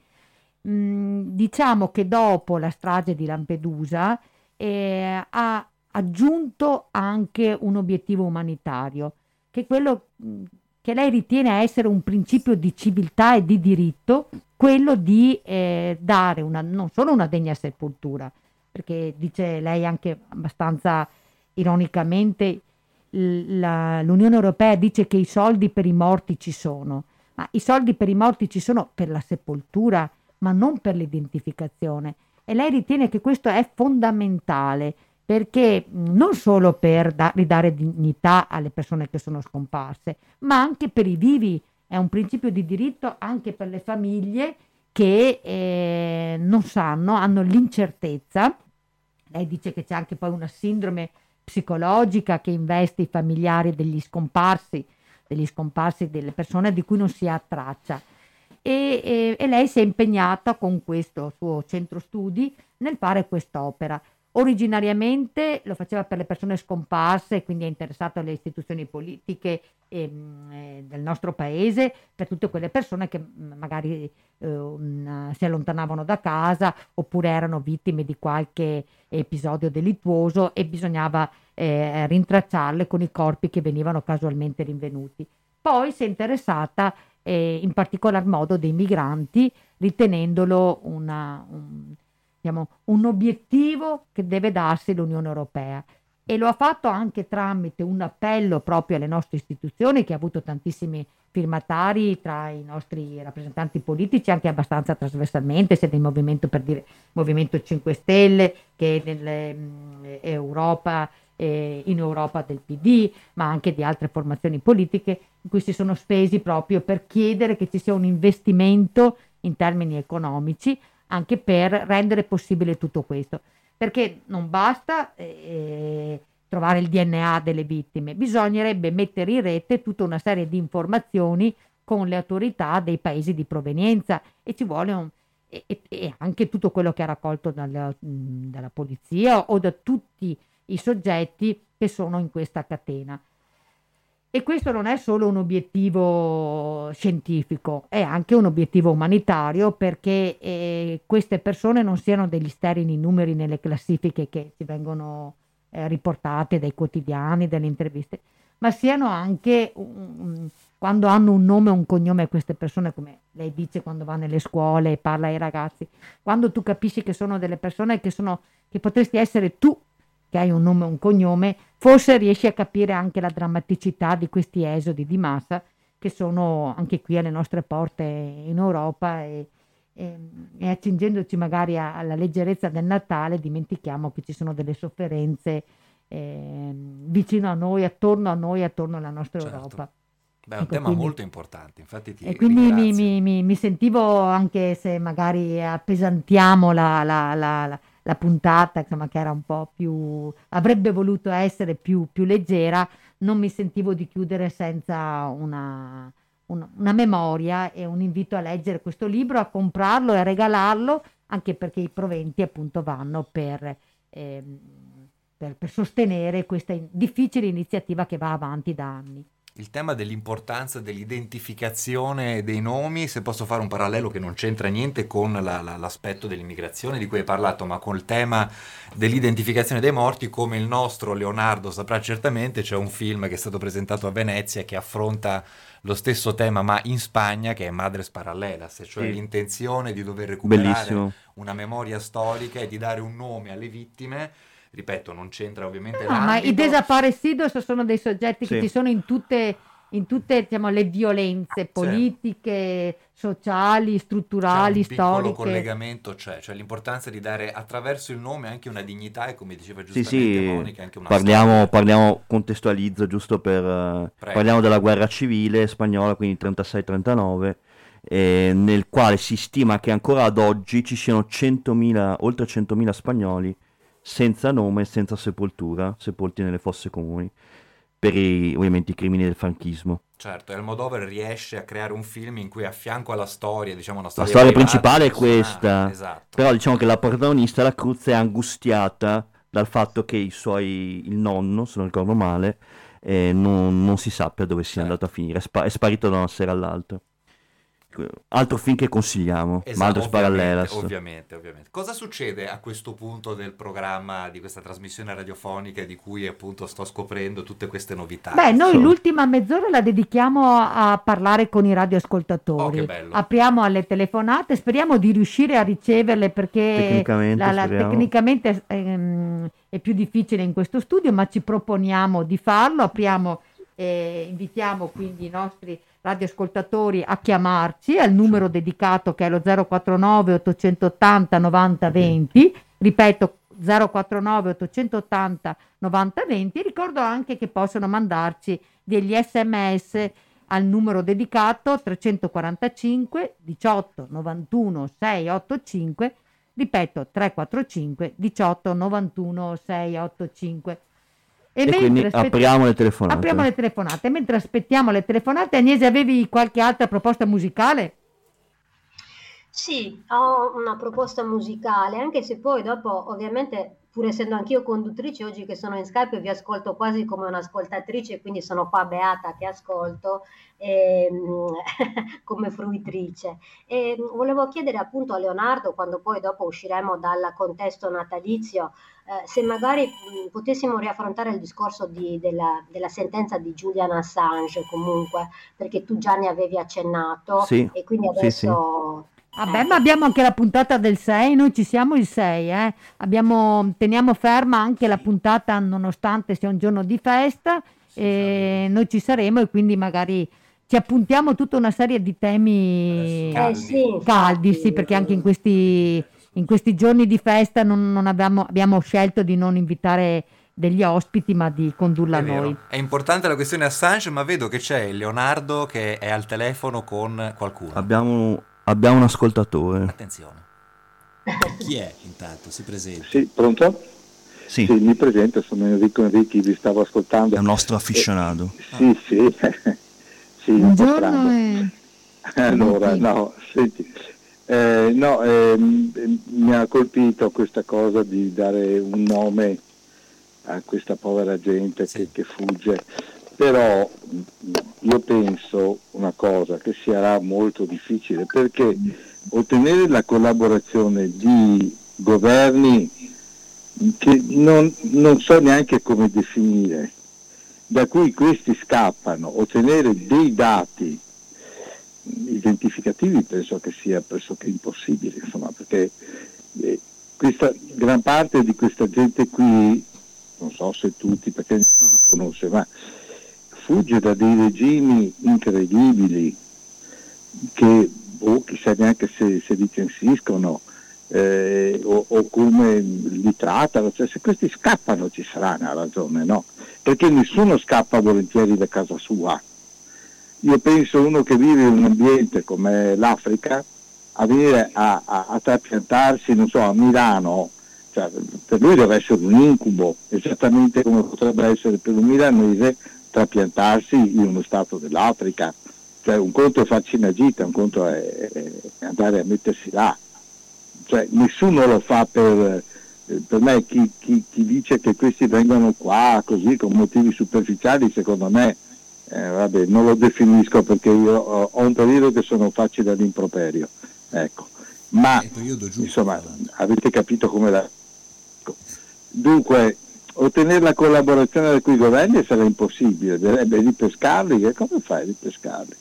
Diciamo che dopo la strage di Lampedusa ha aggiunto anche un obiettivo umanitario, che è quello che lei ritiene essere un principio di civiltà e di diritto, quello di dare non solo una degna sepoltura, perché dice lei anche abbastanza ironicamente, l'Unione Europea dice che i soldi per i morti ci sono, ma i soldi per i morti ci sono per la sepoltura, ma non per l'identificazione. E lei ritiene che questo è fondamentale, perché non solo per ridare dignità alle persone che sono scomparse, ma anche per i vivi. È un principio di diritto anche per le famiglie che non sanno, hanno l'incertezza. Lei dice che c'è anche poi una sindrome psicologica che investe i familiari degli scomparsi delle persone di cui non si ha traccia. E lei si è impegnata con questo suo centro studi nel fare quest'opera. Originariamente lo faceva per le persone scomparse, quindi è interessato alle istituzioni politiche del nostro paese, per tutte quelle persone che magari si allontanavano da casa oppure erano vittime di qualche episodio delittuoso e bisognava rintracciarle con i corpi che venivano casualmente rinvenuti. Poi si è interessata in particolar modo dei migranti, ritenendolo un obiettivo che deve darsi l'Unione Europea, e lo ha fatto anche tramite un appello proprio alle nostre istituzioni, che ha avuto tantissimi firmatari tra i nostri rappresentanti politici, anche abbastanza trasversalmente, sia del movimento, per dire Movimento 5 Stelle, che nell'Europa, in Europa del PD, ma anche di altre formazioni politiche, in cui si sono spesi proprio per chiedere che ci sia un investimento in termini economici anche per rendere possibile tutto questo, perché non basta trovare il DNA delle vittime, bisognerebbe mettere in rete tutta una serie di informazioni con le autorità dei paesi di provenienza e ci vuole e anche tutto quello che è raccolto dalla polizia o da tutti i soggetti che sono in questa catena. E questo non è solo un obiettivo scientifico, è anche un obiettivo umanitario, perché queste persone non siano degli sterili numeri nelle classifiche che ci vengono riportate dai quotidiani, dalle interviste, ma siano anche quando hanno un nome e un cognome queste persone, come lei dice quando va nelle scuole e parla ai ragazzi, quando tu capisci che sono delle persone che potresti essere tu, che hai un nome e un cognome, forse riesci a capire anche la drammaticità di questi esodi di massa che sono anche qui alle nostre porte in Europa, e accingendoci magari alla leggerezza del Natale dimentichiamo che ci sono delle sofferenze vicino a noi, attorno alla nostra Europa. Beh, è un tema molto importante, infatti ti e quindi ringrazio. mi sentivo, anche se magari appesantiamo la puntata, insomma, che era un po' più, avrebbe voluto essere più leggera, non mi sentivo di chiudere senza una memoria e un invito a leggere questo libro, a comprarlo e a regalarlo, anche perché i proventi appunto vanno per sostenere questa difficile iniziativa che va avanti da anni. Il tema dell'importanza dell'identificazione dei nomi, se posso fare un parallelo che non c'entra niente con l'aspetto dell'immigrazione di cui hai parlato, ma con il tema dell'identificazione dei morti, come il nostro Leonardo saprà certamente, c'è un film che è stato presentato a Venezia che affronta lo stesso tema, ma in Spagna, che è Madres Paralelas, cioè l'intenzione di dover recuperare una memoria storica e di dare un nome alle vittime. Ripeto, non c'entra ovviamente l'ambito. Ma i desaparecidos sono dei soggetti che ci sono in tutte diciamo, le violenze politiche, sociali, strutturali, storiche. Un piccolo storiche. collegamento c'è, cioè l'importanza di dare attraverso il nome anche una dignità e, come diceva giustamente Monica, anche una parliamo, contestualizzo giusto per... parliamo della guerra civile spagnola, quindi 36-39, nel quale si stima che ancora ad oggi ci siano oltre 100.000 spagnoli senza nome e senza sepoltura, sepolti nelle fosse comuni, per ovviamente i crimini del franchismo. Certo, e Almodovar riesce a creare un film in cui a fianco alla storia, diciamo una la storia storia principale è questa, esatto. Però diciamo che la protagonista, la Cruz, è angustiata dal fatto che il nonno, se non ricordo male, non si sappia dove sia andato a finire, è sparito da una sera all'altra. Altro film che consigliamo, Madres Paralelas. Ovviamente. Cosa succede a questo punto del programma, di questa trasmissione radiofonica di cui appunto sto scoprendo tutte queste novità? Beh, noi l'ultima mezz'ora la dedichiamo a parlare con i radioascoltatori. Che bello. Apriamo alle telefonate, speriamo di riuscire a riceverle, perché tecnicamente è più difficile in questo studio, ma ci proponiamo di farlo. Invitiamo quindi i nostri radioascoltatori a chiamarci al numero dedicato, che è lo 049 880 90 20, ripeto 049 880 90 20. Ricordo anche che possono mandarci degli SMS al numero dedicato 345 18 91 685, ripeto 345 18 91 685. E quindi apriamo le telefonate. Mentre aspettiamo le telefonate, Agnese, avevi qualche altra proposta musicale? Sì, ho una proposta musicale, anche se poi dopo, ovviamente, pur essendo anch'io conduttrice, oggi che sono in Skype vi ascolto quasi come un'ascoltatrice, quindi sono qua beata che ascolto come fruitrice. E volevo chiedere appunto a Leonardo, quando poi dopo usciremo dal contesto natalizio, se magari potessimo riaffrontare il discorso della sentenza di Julian Assange, comunque, perché tu già ne avevi accennato, e quindi adesso... Vabbè, ma abbiamo anche la puntata del 6, noi ci siamo il 6, teniamo ferma anche la puntata nonostante sia un giorno di festa, e noi ci saremo, e quindi magari ci appuntiamo tutta una serie di temi caldi, sì, perché anche in questi giorni di festa abbiamo scelto di non invitare degli ospiti, ma di condurla noi. È importante la questione Assange, ma vedo che c'è Leonardo che è al telefono con qualcuno. Abbiamo un ascoltatore. Attenzione. Chi è intanto? Si presenta. Sì, pronto? Sì, mi presento, sono Enrico Enrichi, vi stavo ascoltando. È un nostro afficionato. Sì, buongiorno. Allora, no, senti, mi ha colpito questa cosa di dare un nome a questa povera gente che fugge. però io penso una cosa, che sarà molto difficile, perché ottenere la collaborazione di governi che non so neanche come definire, da cui questi scappano, ottenere dei dati identificativi penso che sia pressoché impossibile, insomma, perché questa gran parte di questa gente qui, non so se tutti, perché nessuno li conosce, ma fugge da dei regimi incredibili che chissà neanche se li censiscono o come li trattano, cioè, se questi scappano ci sarà una ragione, no? Perché nessuno scappa volentieri da casa sua. Io penso uno che vive in un ambiente come l'Africa, a venire a trapiantarsi, non so, a Milano, cioè, per lui deve essere un incubo, esattamente come potrebbe essere per un milanese trapiantarsi in uno stato dell'Africa. Cioè, un conto è farci una gita, un conto è andare a mettersi là. Cioè, nessuno lo fa per me. Chi dice che questi vengono qua così con motivi superficiali, secondo me vabbè, non lo definisco, perché io ho un periodo che sono facile all'improperio, ecco. Ma insomma, avete capito come la... Dunque, ottenere la collaborazione da quei governi sarà impossibile, dovrebbe ripescarli, e come fai a ripescarli?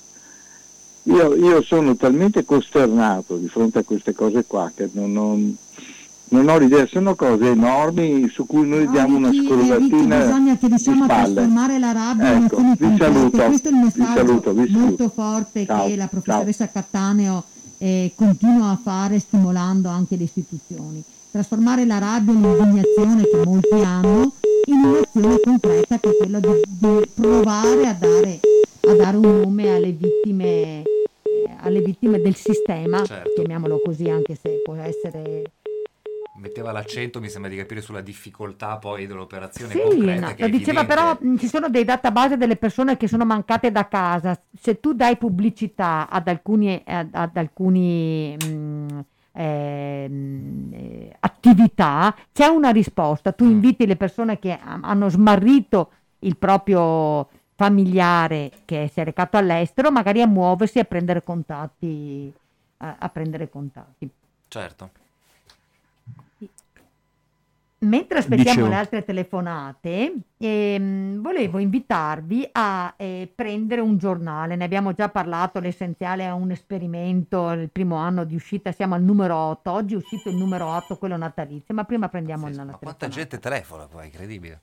Io sono talmente costernato di fronte a queste cose qua che non ho l'idea, sono cose enormi su cui noi diamo una scrollatina. Bisogna che riusciamo a trasformare la rabbia in azioni concrete. Questo è il messaggio molto forte che la professoressa Cattaneo continua a fare, stimolando anche le istituzioni. Trasformare la rabbia in indignazione che molti hanno in un'azione concreta, che è quella di provare a dare un nome alle vittime del sistema, certo. Chiamiamolo così, anche se può essere... Metteva l'accento, mi sembra di capire, sulla difficoltà poi dell'operazione sì, concreta. No, che lo diceva, però ci sono dei database delle persone che sono mancate da casa. Se tu dai pubblicità ad alcuni attività, c'è una risposta. Tu inviti le persone che hanno smarrito il proprio familiare che si è recato all'estero, magari a muoversi, a prendere contatti, Certo. Mentre aspettiamo le altre telefonate, volevo invitarvi a prendere un giornale. Ne abbiamo già parlato, l'essenziale è un esperimento, il primo anno di uscita, siamo al numero 8, oggi è uscito il numero 8, quello natalizio, ma prima prendiamo la telefonata. Quanta gente telefona qua, incredibile.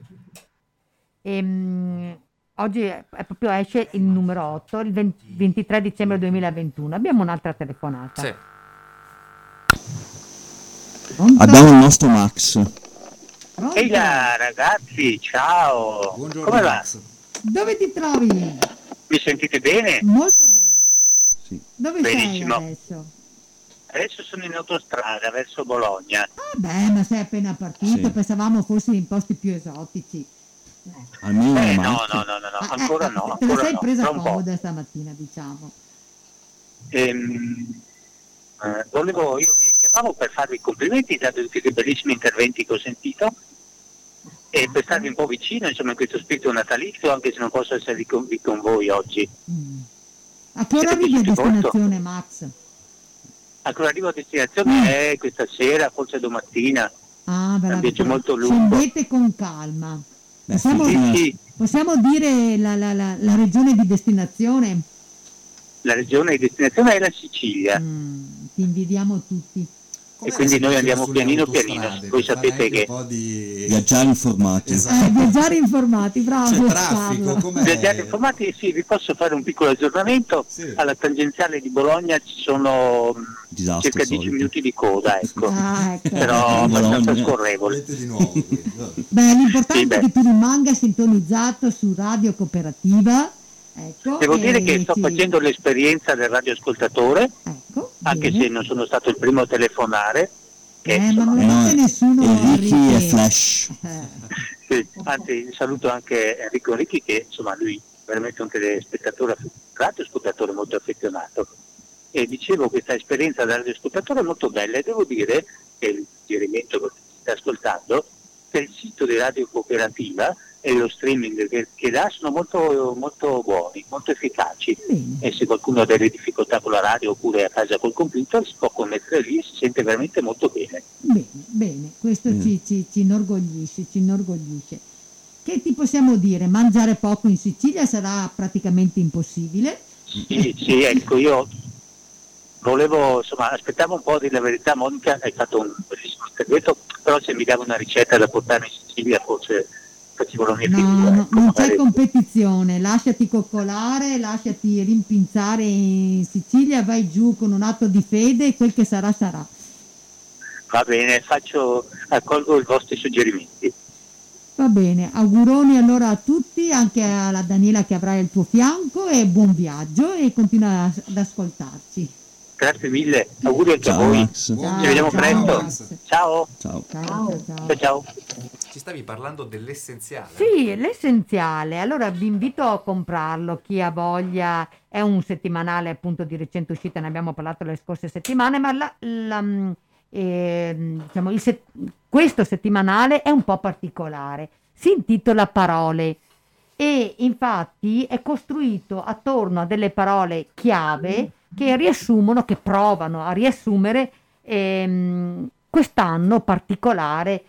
Oggi proprio esce il numero 8, il 23 dicembre 2021. Abbiamo un'altra telefonata. Sì. Abbiamo il nostro Max. Ehi là ragazzi, ciao. Buongiorno. Come va? Max. Dove ti trovi? Mi sentite bene? Molto bene. Sì. Dove Benissimo. sei adesso? Adesso sono in autostrada verso Bologna. Ah beh, ma sei appena partito, Sì. Pensavamo fossi in posti più esotici. Almeno una No, macchina. ancora no. Te la sei no, presa tra un po'. comoda stamattina, diciamo. Io vi chiamavo per farvi i complimenti, dato tutti quei bellissimi interventi che ho sentito, e per starvi un po' vicino, insomma, in questo spirito natalizio, anche se non posso essere con voi oggi. A che ora arrivi a destinazione, Max? A che ora arrivo a destinazione? Questa sera, forse domattina. Ah, È un viaggio molto lungo. Scendete con calma. Beh, Sì. Possiamo dire la regione di destinazione? La regione di destinazione è la Sicilia. Ti invidiamo tutti. E quindi noi andiamo pianino pianino. Voi sapete che Viaggiare informati. Esatto. Viaggiare informati, bravo. C'è traffico, com'è? viaggiate informati, sì, vi posso fare un piccolo aggiornamento. Sì. Alla tangenziale di Bologna ci sono Disastro circa 10 solito. minuti di coda, ecco. Ecco. Però abbastanza Bologna. scorrevole. Vedete di nuovo. Quindi, vabbè. Beh, l'importante Sì, beh. è che tu rimanga sintonizzato su Radio Cooperativa. Ecco, Devo dire e che sto facendo l'esperienza del radioascoltatore, Ecco, anche bene. se non sono stato il primo a telefonare. Che, Ma insomma, non lo dice nessuno. Enrichi Enrico. e Flash. sì, anzi saluto anche Enrico Ricchi, che insomma lui è veramente un radioascoltatore molto affezionato. E dicevo, questa esperienza da radioascoltatore è molto bella, e devo dire che il suggerimento che si sta ascoltando, che il sito di Radio Cooperativa e lo streaming che dà sono molto, molto buoni, molto efficaci. Bene. E se qualcuno ha delle difficoltà con la radio oppure a casa col computer si può connettere lì e si sente veramente molto bene. Bene, questo ci inorgoglisce. Che ti possiamo dire? Mangiare poco in Sicilia sarà praticamente impossibile. Sì, ecco, io volevo, aspettavo un po', di la verità. Monica, hai fatto un bellissimo intervento, però se mi dava una ricetta da portare in Sicilia forse facevo la mia figura. No, non c'è competizione, lasciati coccolare, lasciati rimpinzare in Sicilia, vai giù con un atto di fede e quel che sarà sarà. Va bene, accolgo i vostri suggerimenti. Va bene, auguroni allora a tutti, anche alla Daniela che avrai al tuo fianco, e buon viaggio e continua ad ascoltarci. Grazie mille, auguri anche a voi. Max. Ci vediamo presto. Ciao. Ciao. Ci stavi parlando dell'essenziale? Sì, l'essenziale. Allora vi invito a comprarlo, chi ha voglia. È un settimanale appunto di recente uscita, ne abbiamo parlato le scorse settimane, ma questo settimanale è un po' particolare. Si intitola Parole e infatti è costruito attorno a delle parole chiave che provano a riassumere quest'anno particolare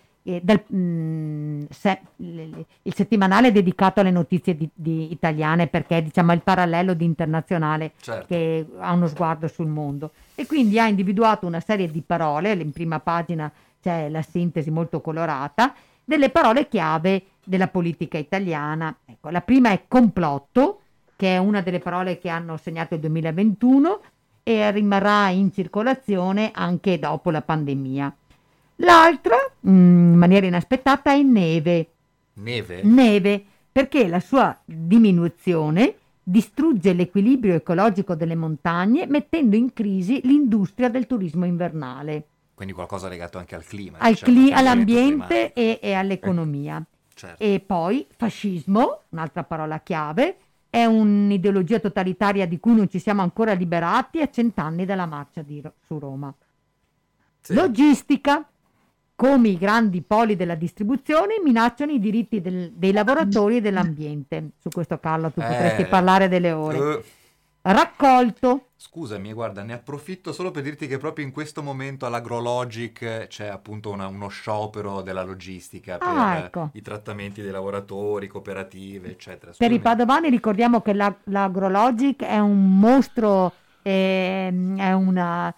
il settimanale dedicato alle notizie di italiane, perché diciamo è il parallelo di Internazionale, certo, che ha uno sguardo sul mondo, e quindi ha individuato una serie di parole. In prima pagina c'è la sintesi molto colorata delle parole chiave della politica italiana. Ecco, la prima è complotto, che è una delle parole che hanno segnato il 2021 e rimarrà in circolazione anche dopo la pandemia. L'altra, in maniera inaspettata, è neve. Neve, perché la sua diminuzione distrugge l'equilibrio ecologico delle montagne, mettendo in crisi l'industria del turismo invernale. Quindi qualcosa legato anche al clima. All'ambiente e all'economia. Certo. E poi fascismo, un'altra parola chiave, è un'ideologia totalitaria di cui non ci siamo ancora liberati a 100 anni dalla marcia su Roma. Sì. Logistica, come i grandi poli della distribuzione minacciano i diritti dei lavoratori e dell'ambiente. Su questo, Carlo, tu potresti parlare delle ore. Raccolto. Scusami, guarda, ne approfitto solo per dirti che proprio in questo momento all'AgroLogic c'è appunto uno sciopero della logistica per i trattamenti dei lavoratori, cooperative, eccetera. Per i padovani ricordiamo che l'AgroLogic è un mostro, è una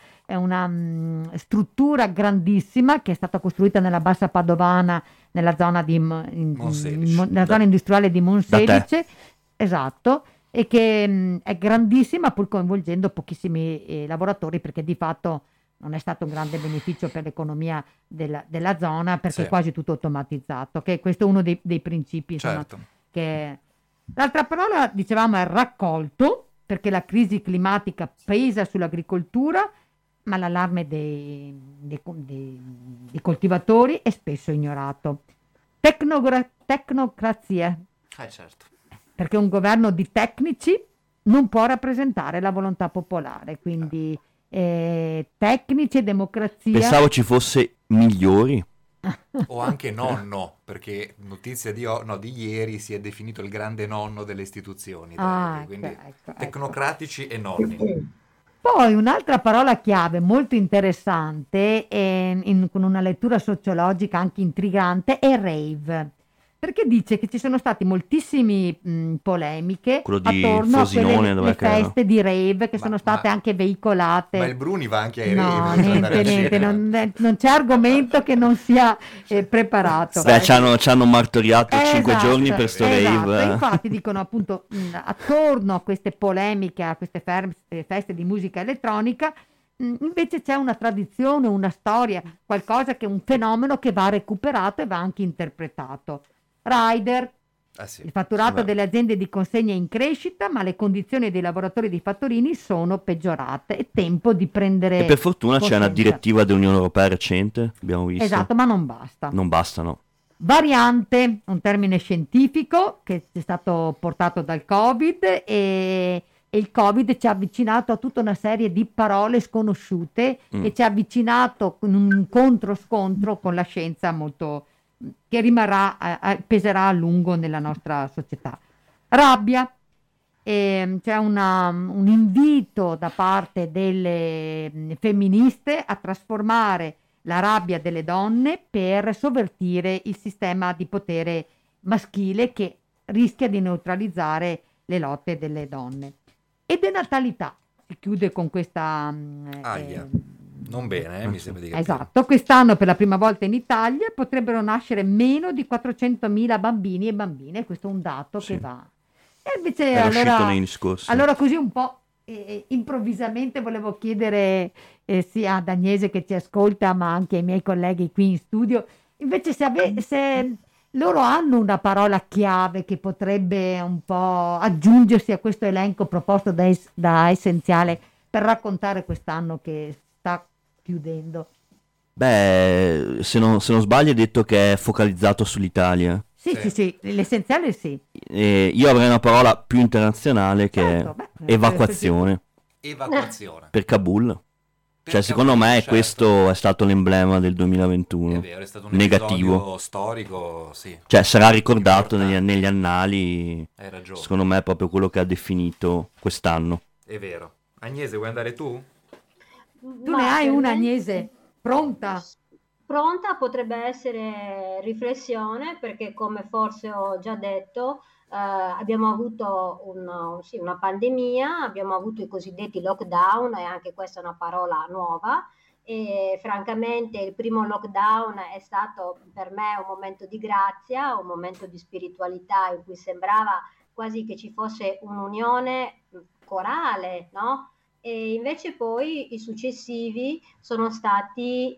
struttura grandissima che è stata costruita nella bassa padovana, nella zona zona industriale di Monselice, esatto, e che è grandissima, pur coinvolgendo pochissimi lavoratori, perché di fatto non è stato un grande beneficio per l'economia della zona, perché è quasi tutto automatizzato, che questo è uno dei principi. Certo. L'altra parola, dicevamo, è raccolto, perché la crisi climatica pesa sull'agricoltura, ma l'allarme dei coltivatori è spesso ignorato. Tecnocrazia. Certo. Perché un governo di tecnici non può rappresentare la volontà popolare, quindi tecnici e democrazia. Pensavo ci fosse migliori. O anche nonno, perché notizia di ieri si è definito il grande nonno delle istituzioni, quindi tecnocratici e nonni. Poi un'altra parola chiave molto interessante, con una lettura sociologica anche intrigante, è rave. Perché dice che ci sono state moltissime polemiche attorno a quelle feste di rave che sono state anche veicolate. Ma il Bruni va anche ai rave? Niente, non c'è argomento che non sia preparato. Beh, ci hanno martoriato 5 giorni per sto rave. Infatti dicono appunto attorno a queste polemiche, a queste feste di musica elettronica, invece c'è una tradizione, una storia, qualcosa che è un fenomeno che va recuperato e va anche interpretato. Rider, il fatturato delle aziende di consegna è in crescita, ma le condizioni dei lavoratori dei fattorini sono peggiorate. È tempo di prendere. E per fortuna c'è una direttiva dell'Unione Europea recente, abbiamo visto. Esatto, ma non basta. Non bastano. Variante, un termine scientifico che è stato portato dal Covid, e il Covid ci ha avvicinato a tutta una serie di parole sconosciute e ci ha avvicinato con un incontro-scontro con la scienza molto che rimarrà, peserà a lungo nella nostra società. Rabbia. C'è un invito da parte delle femministe a trasformare la rabbia delle donne per sovvertire il sistema di potere maschile che rischia di neutralizzare le lotte delle donne. E denatalità si chiude con questa non bene, mi sembra di capire. esatto, quest'anno per la prima volta in Italia potrebbero nascere meno di 400.000 bambini e bambine, questo è un dato che va. E invece allora così un po' improvvisamente volevo chiedere sia ad Agnese che ci ascolta, ma anche ai miei colleghi qui in studio, invece se loro hanno una parola chiave che potrebbe un po' aggiungersi a questo elenco proposto da Essenziale per raccontare quest'anno che sta chiudendo. Beh, se non sbaglio hai detto che è focalizzato sull'Italia. Sì, l'essenziale sì. Io avrei una parola più internazionale che evacuazione. Evacuazione. Per Kabul. Cioè, secondo me questo è stato l'emblema del 2021. È vero, è stato un negativo. episodio storico, sì. Cioè, sarà ricordato negli annali. Hai ragione. Secondo me è proprio quello che ha definito quest'anno. È vero. Agnese, vuoi andare tu? Tu ne hai una, Agnese? Pronta? Pronta potrebbe essere riflessione, perché come forse ho già detto, abbiamo avuto una pandemia, abbiamo avuto i cosiddetti lockdown, e anche questa è una parola nuova, e francamente il primo lockdown è stato per me un momento di grazia, un momento di spiritualità in cui sembrava quasi che ci fosse un'unione corale, no? E invece poi i successivi sono stati,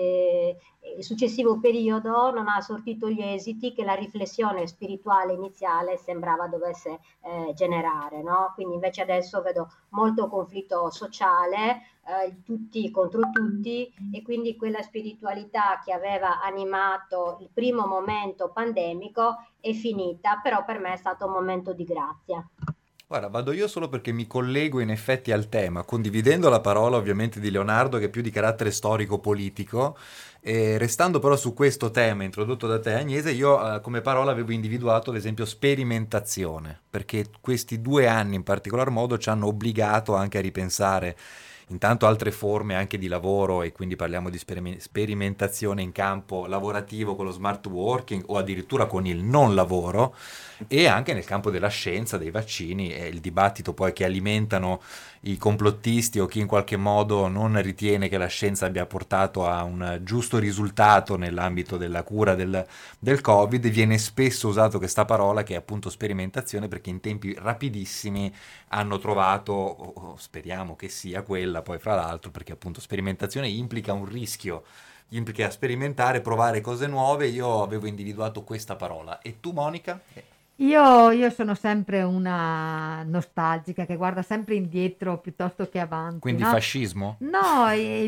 il successivo periodo non ha sortito gli esiti che la riflessione spirituale iniziale sembrava dovesse generare, no? Quindi invece adesso vedo molto conflitto sociale, tutti contro tutti, e quindi quella spiritualità che aveva animato il primo momento pandemico è finita, però per me è stato un momento di grazia. Guarda, vado io solo perché mi collego in effetti al tema, condividendo la parola ovviamente di Leonardo, che è più di carattere storico-politico, e restando però su questo tema introdotto da te, Agnese, io come parola avevo individuato ad esempio sperimentazione, perché questi 2 anni in particolar modo ci hanno obbligato anche a ripensare intanto altre forme anche di lavoro, e quindi parliamo di sperimentazione in campo lavorativo con lo smart working o addirittura con il non lavoro, e anche nel campo della scienza, dei vaccini, e il dibattito poi che alimentano i complottisti o chi in qualche modo non ritiene che la scienza abbia portato a un giusto risultato nell'ambito della cura del Covid. Viene spesso usato questa parola che è appunto sperimentazione, perché in tempi rapidissimi hanno trovato, speriamo che sia quella poi fra l'altro, perché appunto sperimentazione implica un rischio, implica sperimentare, provare cose nuove. Io avevo individuato questa parola. E tu, Monica? Io sono sempre una nostalgica che guarda sempre indietro piuttosto che avanti. Quindi no? fascismo? No,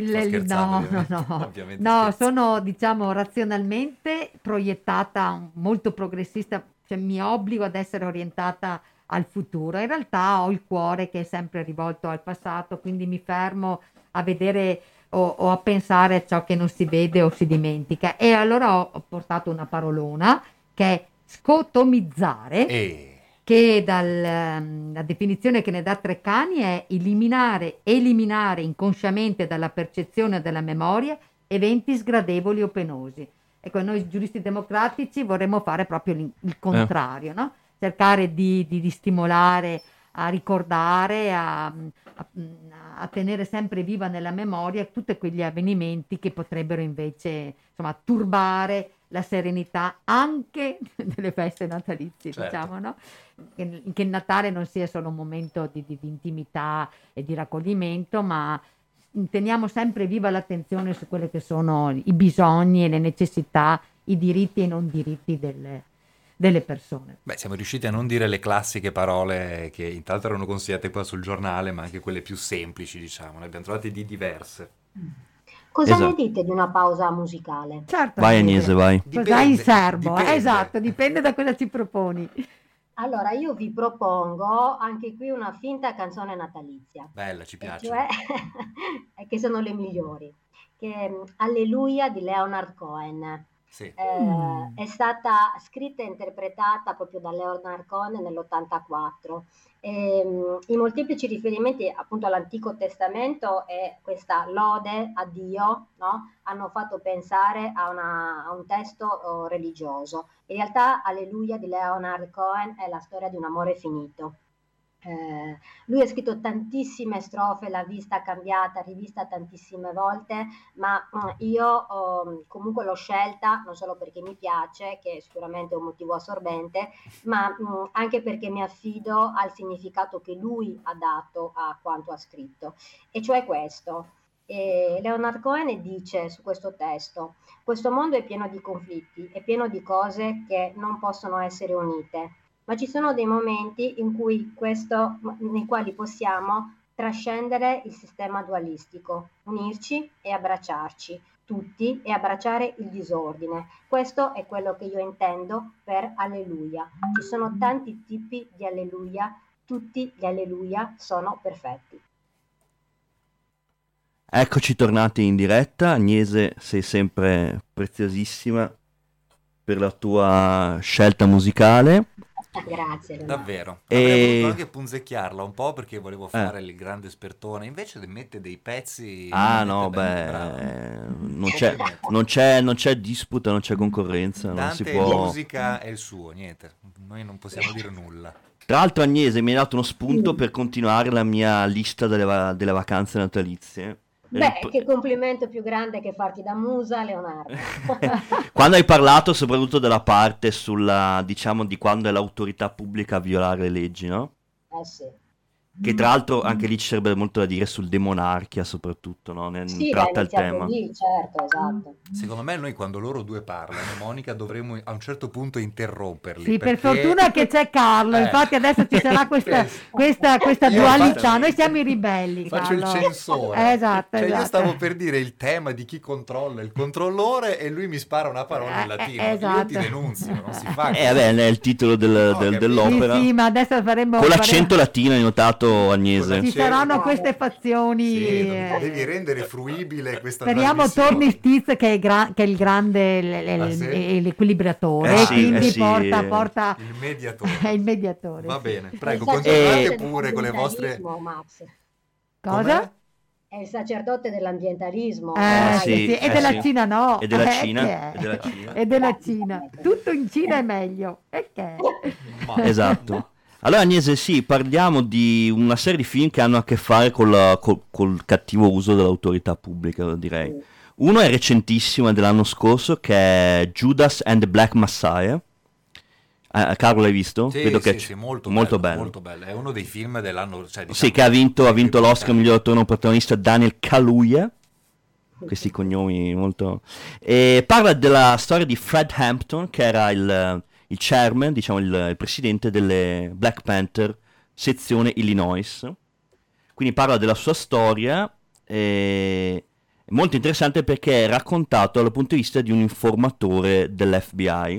no, sono diciamo razionalmente proiettata, molto progressista, cioè mi obbligo ad essere orientata al futuro. In realtà ho il cuore che è sempre rivolto al passato, quindi mi fermo a vedere o a pensare a ciò che non si vede o si dimentica. E allora ho portato una parolona che è scotomizzare, che la definizione che ne dà Treccani è eliminare inconsciamente dalla percezione e dalla memoria eventi sgradevoli o penosi. Ecco, noi giuristi democratici vorremmo fare proprio il contrario, no? Cercare di stimolare a ricordare, a tenere sempre viva nella memoria tutti quegli avvenimenti che potrebbero invece turbare la serenità anche delle feste natalizie, certo. Diciamo, no? Che il Natale non sia solo un momento di intimità e di raccoglimento, ma teniamo sempre viva l'attenzione su quelli che sono i bisogni e le necessità, i diritti e i non diritti delle persone. Beh, siamo riusciti a non dire le classiche parole che intanto erano consigliate qua sul giornale, ma anche quelle più semplici, diciamo. Ne abbiamo trovate di diverse. Cosa ne dite di una pausa musicale? Certo, vai Agnese, vai. Cosa hai in serbo? Esatto, dipende da cosa ci proponi. Allora, io vi propongo anche qui una finta canzone natalizia. Bella, ci piace. Cioè, che sono le migliori. Che Alleluia di Leonard Cohen. Sì. È stata scritta e interpretata proprio da Leonard Cohen nell'84. I molteplici riferimenti appunto all'Antico Testamento e questa lode a Dio, no? Hanno fatto pensare a un testo religioso. In realtà Alleluia di Leonard Cohen è la storia di un amore finito. Lui ha scritto tantissime strofe, l'ha vista cambiata, rivista tantissime volte, ma io comunque l'ho scelta non solo perché mi piace, che è sicuramente un motivo assorbente, ma anche perché mi affido al significato che lui ha dato a quanto ha scritto, e cioè questo. Leonard Cohen dice su questo testo: questo mondo è pieno di conflitti, è pieno di cose che non possono essere unite, ma ci sono dei momenti nei quali possiamo trascendere il sistema dualistico, unirci e abbracciarci tutti e abbracciare il disordine. Questo è quello che io intendo per alleluia. Ci sono tanti tipi di alleluia, tutti gli alleluia sono perfetti. Eccoci tornati in diretta. Agnese, sei sempre preziosissima per la tua scelta musicale. Grazie. Davvero. Avrei voluto anche punzecchiarla un po' perché volevo fare il grande espertone, invece mette dei pezzi. Non c'è disputa, non c'è concorrenza. Dante, non si può... la musica è il suo, niente. Noi non possiamo dire nulla. Tra l'altro, Agnese mi ha dato uno spunto per continuare la mia lista delle vacanze natalizie. Beh, che complimento più grande che farti da musa, Leonardo. Quando hai parlato soprattutto della parte sulla, diciamo, di quando è l'autorità pubblica a violare le leggi, no? Sì. Che tra l'altro anche lì ci sarebbe molto da dire sul demonarchia soprattutto, no? Sì, tratta il tema. Lì, certo, esatto. Secondo me noi quando loro due parlano, Monica, dovremmo a un certo punto interromperli. Sì, perché... per fortuna che c'è Carlo, infatti adesso ci sarà questa dualità, noi siamo i ribelli. Faccio Carlo. Il censore. Esatto. Io stavo per dire il tema di chi controlla il controllore e lui mi spara una parola in latino. Esatto. Io ti denunzio, non si fa. Vabbè, è il titolo dell'opera. Sì, ma adesso faremo... Con l'accento latino, hai notato, Agnese? Ci saranno queste fazioni. Sì, devi rendere fruibile questa speriamo torni Stiz che è il grande l'equilibratore, quindi porta il mediatore. È il mediatore. Va bene, prego, continuate pure con le vostre... Max. Cosa? È il sacerdote dell'ambientalismo. E della Cina no. E della Cina. E della Cina. Tutto in Cina è meglio. Esatto. Allora Agnese, sì, parliamo di una serie di film che hanno a che fare col cattivo uso dell'autorità pubblica, direi. Uno è recentissimo, è dell'anno scorso, che è Judas and the Black Messiah. Carlo, l'hai visto? Sì, vedo che sì, molto bello. Molto bello. È uno dei film dell'anno. Cioè, diciamo, sì, che ha vinto l'Oscar miglior attore non protagonista Daniel Kaluuya. Questi cognomi molto... E parla della storia di Fred Hampton, che era il chairman, diciamo il presidente delle Black Panther sezione Illinois. Quindi parla della sua storia, è molto interessante perché è raccontato dal punto di vista di un informatore dell'FBI,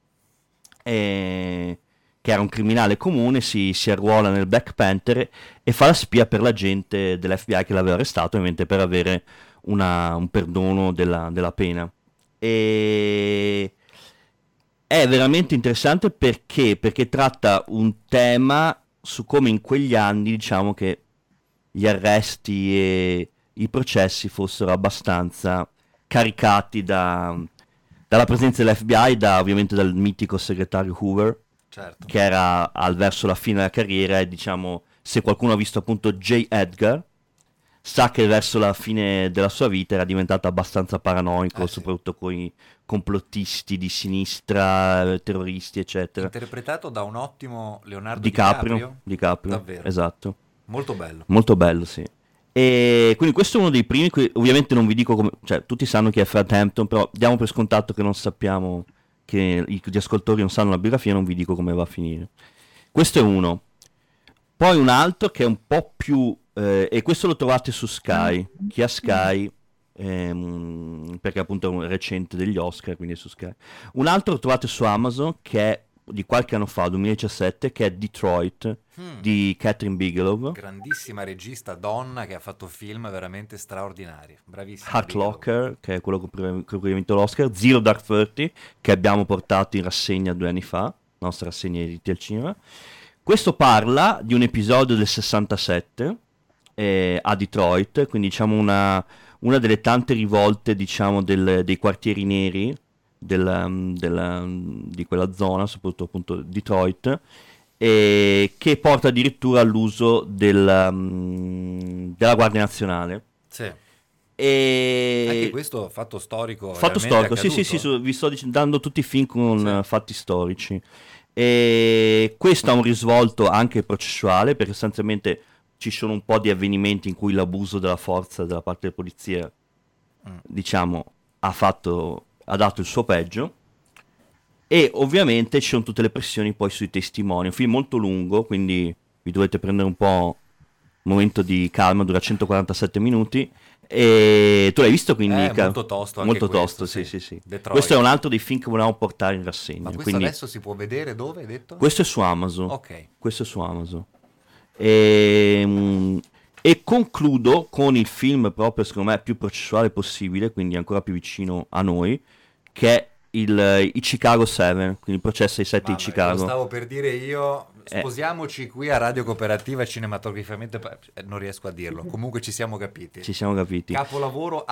che era un criminale comune, si arruola nel Black Panther e fa la spia per la gente dell'FBI che l'aveva arrestato, ovviamente per avere un perdono della pena. E è veramente interessante perché tratta un tema su come in quegli anni, diciamo, che gli arresti e i processi fossero abbastanza caricati dalla presenza dell'FBI, ovviamente dal mitico segretario Hoover, certo, che era verso la fine della carriera, e diciamo, se qualcuno ha visto appunto J. Edgar, sa che verso la fine della sua vita era diventato abbastanza paranoico, soprattutto con i complottisti di sinistra, terroristi, eccetera. Interpretato da un ottimo Leonardo DiCaprio. Davvero. Esatto. Molto bello. Molto bello, sì. E quindi questo è uno dei primi, ovviamente non vi dico come, cioè tutti sanno chi è Fred Hampton, però diamo per scontato che non sappiamo, che gli ascoltatori non sanno la biografia, non vi dico come va a finire. Questo è uno. Poi un altro che è un po' più... e questo lo trovate su Sky, chi ha Sky, perché appunto è un recente degli Oscar, quindi è su Sky. Un altro lo trovate su Amazon, che è di qualche anno fa, 2017, che è Detroit, di Catherine Bigelow. Grandissima regista donna che ha fatto film veramente straordinari. Bravissima. Hurt Locker, che è quello con cui ha vinto l'Oscar. Zero Dark Thirty, che abbiamo portato in rassegna 2 anni fa, nostra rassegna editi al cinema. Questo parla di un episodio del 67 a Detroit, quindi diciamo una delle tante rivolte, diciamo, dei quartieri neri di quella zona, soprattutto appunto Detroit, che porta addirittura all'uso della Guardia Nazionale. Sì. E anche questo fatto storico. Fatto storico, sì, vi sto dando tutti i film con fatti storici. E questo ha un risvolto anche processuale, perché sostanzialmente ci sono un po' di avvenimenti in cui l'abuso della forza da parte della polizia, diciamo, ha dato il suo peggio, e ovviamente ci sono tutte le pressioni poi sui testimoni. È un film molto lungo, quindi vi dovete prendere un po' un momento di calma, dura 147 minuti. E tu l'hai visto, quindi molto tosto, anche molto tosto, questo, sì. Detroit. Questo è un altro dei film che volevamo portare in rassegna. Ma questo quindi adesso si può vedere dove, hai detto? questo è su Amazon. Ok. Questo è su Amazon. E concludo con il film proprio, secondo me, più processuale possibile, quindi ancora più vicino a noi, che è i Chicago 7, quindi il processo ai 7 di Chicago. Lo stavo per dire io, sposiamoci qui a Radio Cooperativa cinematograficamente, non riesco a dirlo, comunque ci siamo capiti. Capolavoro,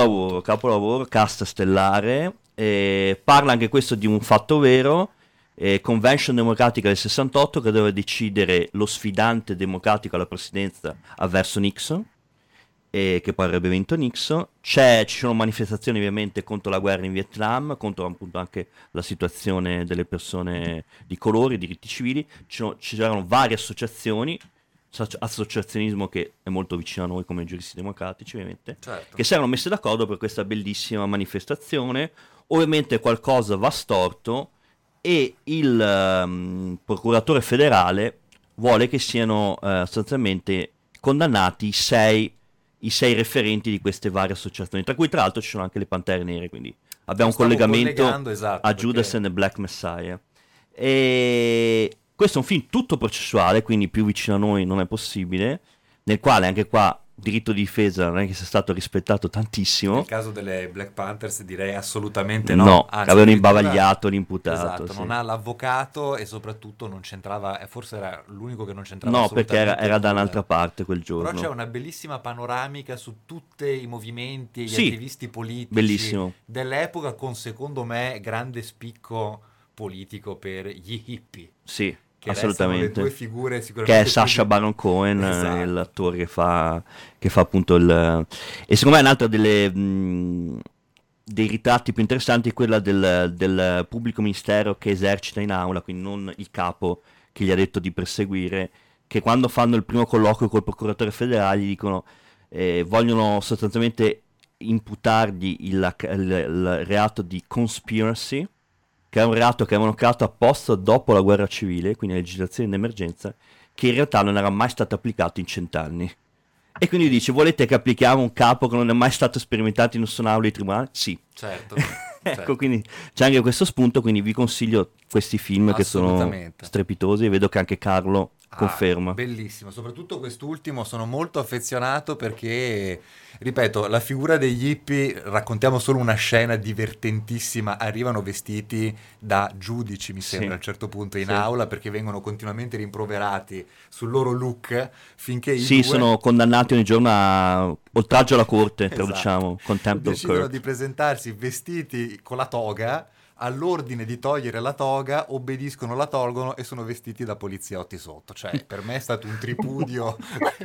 cast stellare, parla anche questo di un fatto vero. Convention democratica del 68 che doveva decidere lo sfidante democratico alla presidenza avverso Nixon, che poi avrebbe vinto Nixon. Ci sono manifestazioni ovviamente contro la guerra in Vietnam, contro appunto anche la situazione delle persone di colore, i diritti civili. C'erano varie associazioni, associazionismo che è molto vicino a noi come giuristi democratici ovviamente, che si erano messe d'accordo per questa bellissima manifestazione. Ovviamente qualcosa va storto e il procuratore federale vuole che siano sostanzialmente condannati i sei referenti di queste varie associazioni, tra cui tra l'altro ci sono anche le Pantere Nere, quindi abbiamo un collegamento a Judas and the Black Messiah. E questo è un film tutto processuale, quindi più vicino a noi non è possibile, nel quale anche qua diritto di difesa non è che sia stato rispettato tantissimo. Nel caso delle Black Panthers direi assolutamente no. No, anzi, avevano imbavagliato l'imputato. Esatto, non ha l'avvocato e soprattutto non c'entrava, forse era l'unico che non c'entrava. No, perché era da un'altra parte quel giorno. Però c'è una bellissima panoramica su tutti i movimenti e gli attivisti politici bellissimo. Dell'epoca, con secondo me grande spicco politico per gli hippie. Sì. Che assolutamente, le due figure sicuramente, che è Sacha Baron Cohen, l'attore che fa appunto e secondo me è un'altra dei ritratti più interessanti è quella del pubblico ministero che esercita in aula, quindi non il capo che gli ha detto di perseguire, che quando fanno il primo colloquio col procuratore federale gli dicono vogliono sostanzialmente imputargli il reato di conspiracy, che è un reato che avevano creato apposta dopo la guerra civile, quindi la legislazione d'emergenza, che in realtà non era mai stato applicato in 100 anni. E quindi dice, volete che applichiamo un capo che non è mai stato sperimentato in nessuna aula di tribunale? Sì. Certo. Ecco, quindi c'è anche questo spunto, quindi vi consiglio questi film che sono strepitosi, e vedo che anche Carlo conferma. Bellissimo, soprattutto quest'ultimo sono molto affezionato perché, ripeto, la figura degli hippie, raccontiamo solo una scena divertentissima, arrivano vestiti da giudici, mi sembra, a un certo punto in aula, perché vengono continuamente rimproverati sul loro look, finché i due sono condannati ogni giorno a oltraggio alla corte, traduciamo, contempt of court. Decidono di presentarsi vestiti con la toga, all'ordine di togliere la toga, obbediscono, la tolgono e sono vestiti da poliziotti sotto. Cioè, per me è stato un tripudio.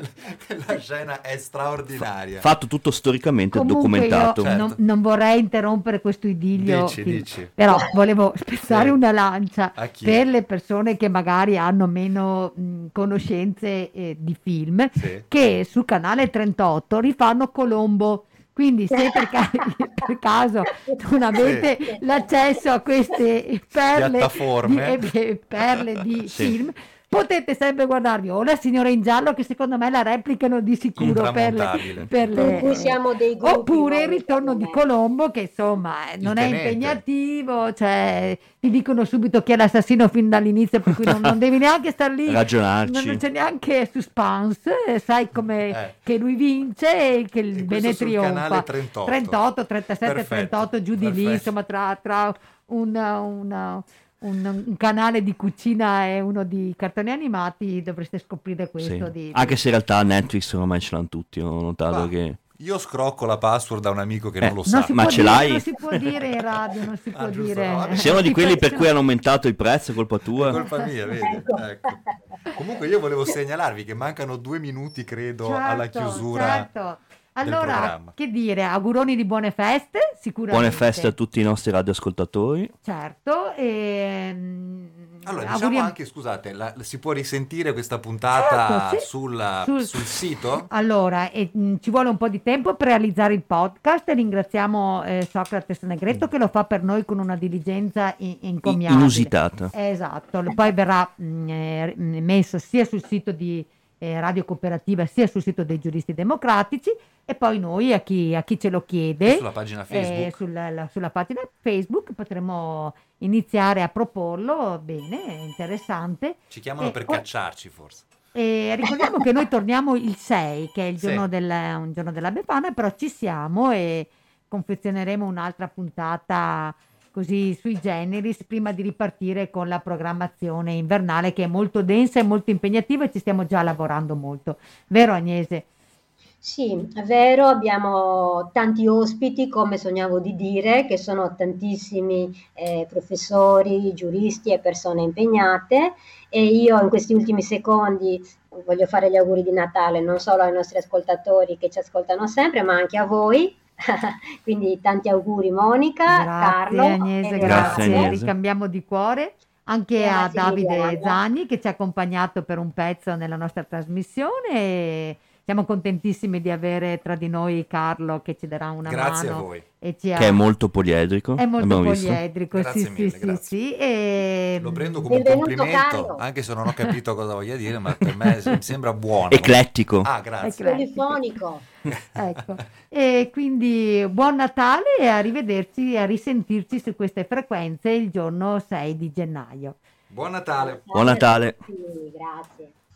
La scena è straordinaria. Fatto tutto storicamente documentato. Io non vorrei interrompere questo idillio. Dici. Però volevo spezzare una lancia per le persone che magari hanno meno conoscenze di film, che sul canale 38 rifanno Colombo. Quindi se per caso non avete l'accesso a queste perle di film, potete sempre guardarvi o La signora in giallo, che secondo me la replicano di sicuro per cui siamo dei gruppi, oppure Il ritorno di Colombo, che insomma non è impegnativo, cioè ti dicono subito chi è l'assassino fin dall'inizio, per cui non devi neanche star lì ragionarci, non c'è neanche suspense, sai come che lui vince e che il bene trionfa. 38, 37, perfetto, 38, giù di lì, insomma, tra un canale di cucina e uno di cartoni animati dovreste scoprire questo. Sì. Anche se in realtà Netflix ormai ce l'hanno tutti, ho notato che... Io scrocco la password da un amico che non lo sa. Ma ce l'hai? Non si può dire in radio, non si può dire. No, siamo di quelli per cui hanno aumentato il prezzo, è colpa tua. È colpa mia, vedi? Ecco. Comunque io volevo segnalarvi che mancano 2 minuti, credo, alla chiusura. Certo. Allora, che dire, auguroni di buone feste, sicuramente. Buone feste a tutti i nostri radioascoltatori. Certo. Allora, diciamo anche, scusate, si può risentire questa puntata, certo, sul sito? Allora, ci vuole un po' di tempo per realizzare il podcast e ringraziamo Socrate Negretto che lo fa per noi con una diligenza incommiabile. Inusitata. Esatto, poi verrà messo sia sul sito di Radio Cooperativa sia sul sito dei Giuristi Democratici, e poi noi a chi ce lo chiede sulla pagina Facebook, sulla pagina Facebook potremo iniziare a proporlo. Bene, è interessante. Ci chiamano per cacciarci forse. Ricordiamo che noi torniamo il 6, che è il giorno un giorno della Befana, però ci siamo e confezioneremo un'altra puntata così sui generis prima di ripartire con la programmazione invernale, che è molto densa e molto impegnativa e ci stiamo già lavorando molto. Vero Agnese? Sì, è vero, abbiamo tanti ospiti, come sognavo di dire, che sono tantissimi professori, giuristi e persone impegnate, e io in questi ultimi secondi voglio fare gli auguri di Natale non solo ai nostri ascoltatori che ci ascoltano sempre, ma anche a voi. Quindi tanti auguri Monica, Carlo. Agnese, grazie. Ricambiamo di cuore anche a Davide Zani che ci ha accompagnato per un pezzo nella nostra trasmissione, e siamo contentissimi di avere tra di noi Carlo che ci darà una grazie mano. A voi. Che è molto poliedrico. È molto poliedrico, grazie mille, sì. E... lo prendo come un complimento, Carlo, anche se non ho capito cosa voglia dire, ma per me mi sembra buono. Eclettico. Ah, grazie. Polifonico. Ecco. E quindi buon Natale e arrivederci e a risentirci su queste frequenze il giorno 6 di gennaio. Buon Natale. Buon Natale. Sì, grazie.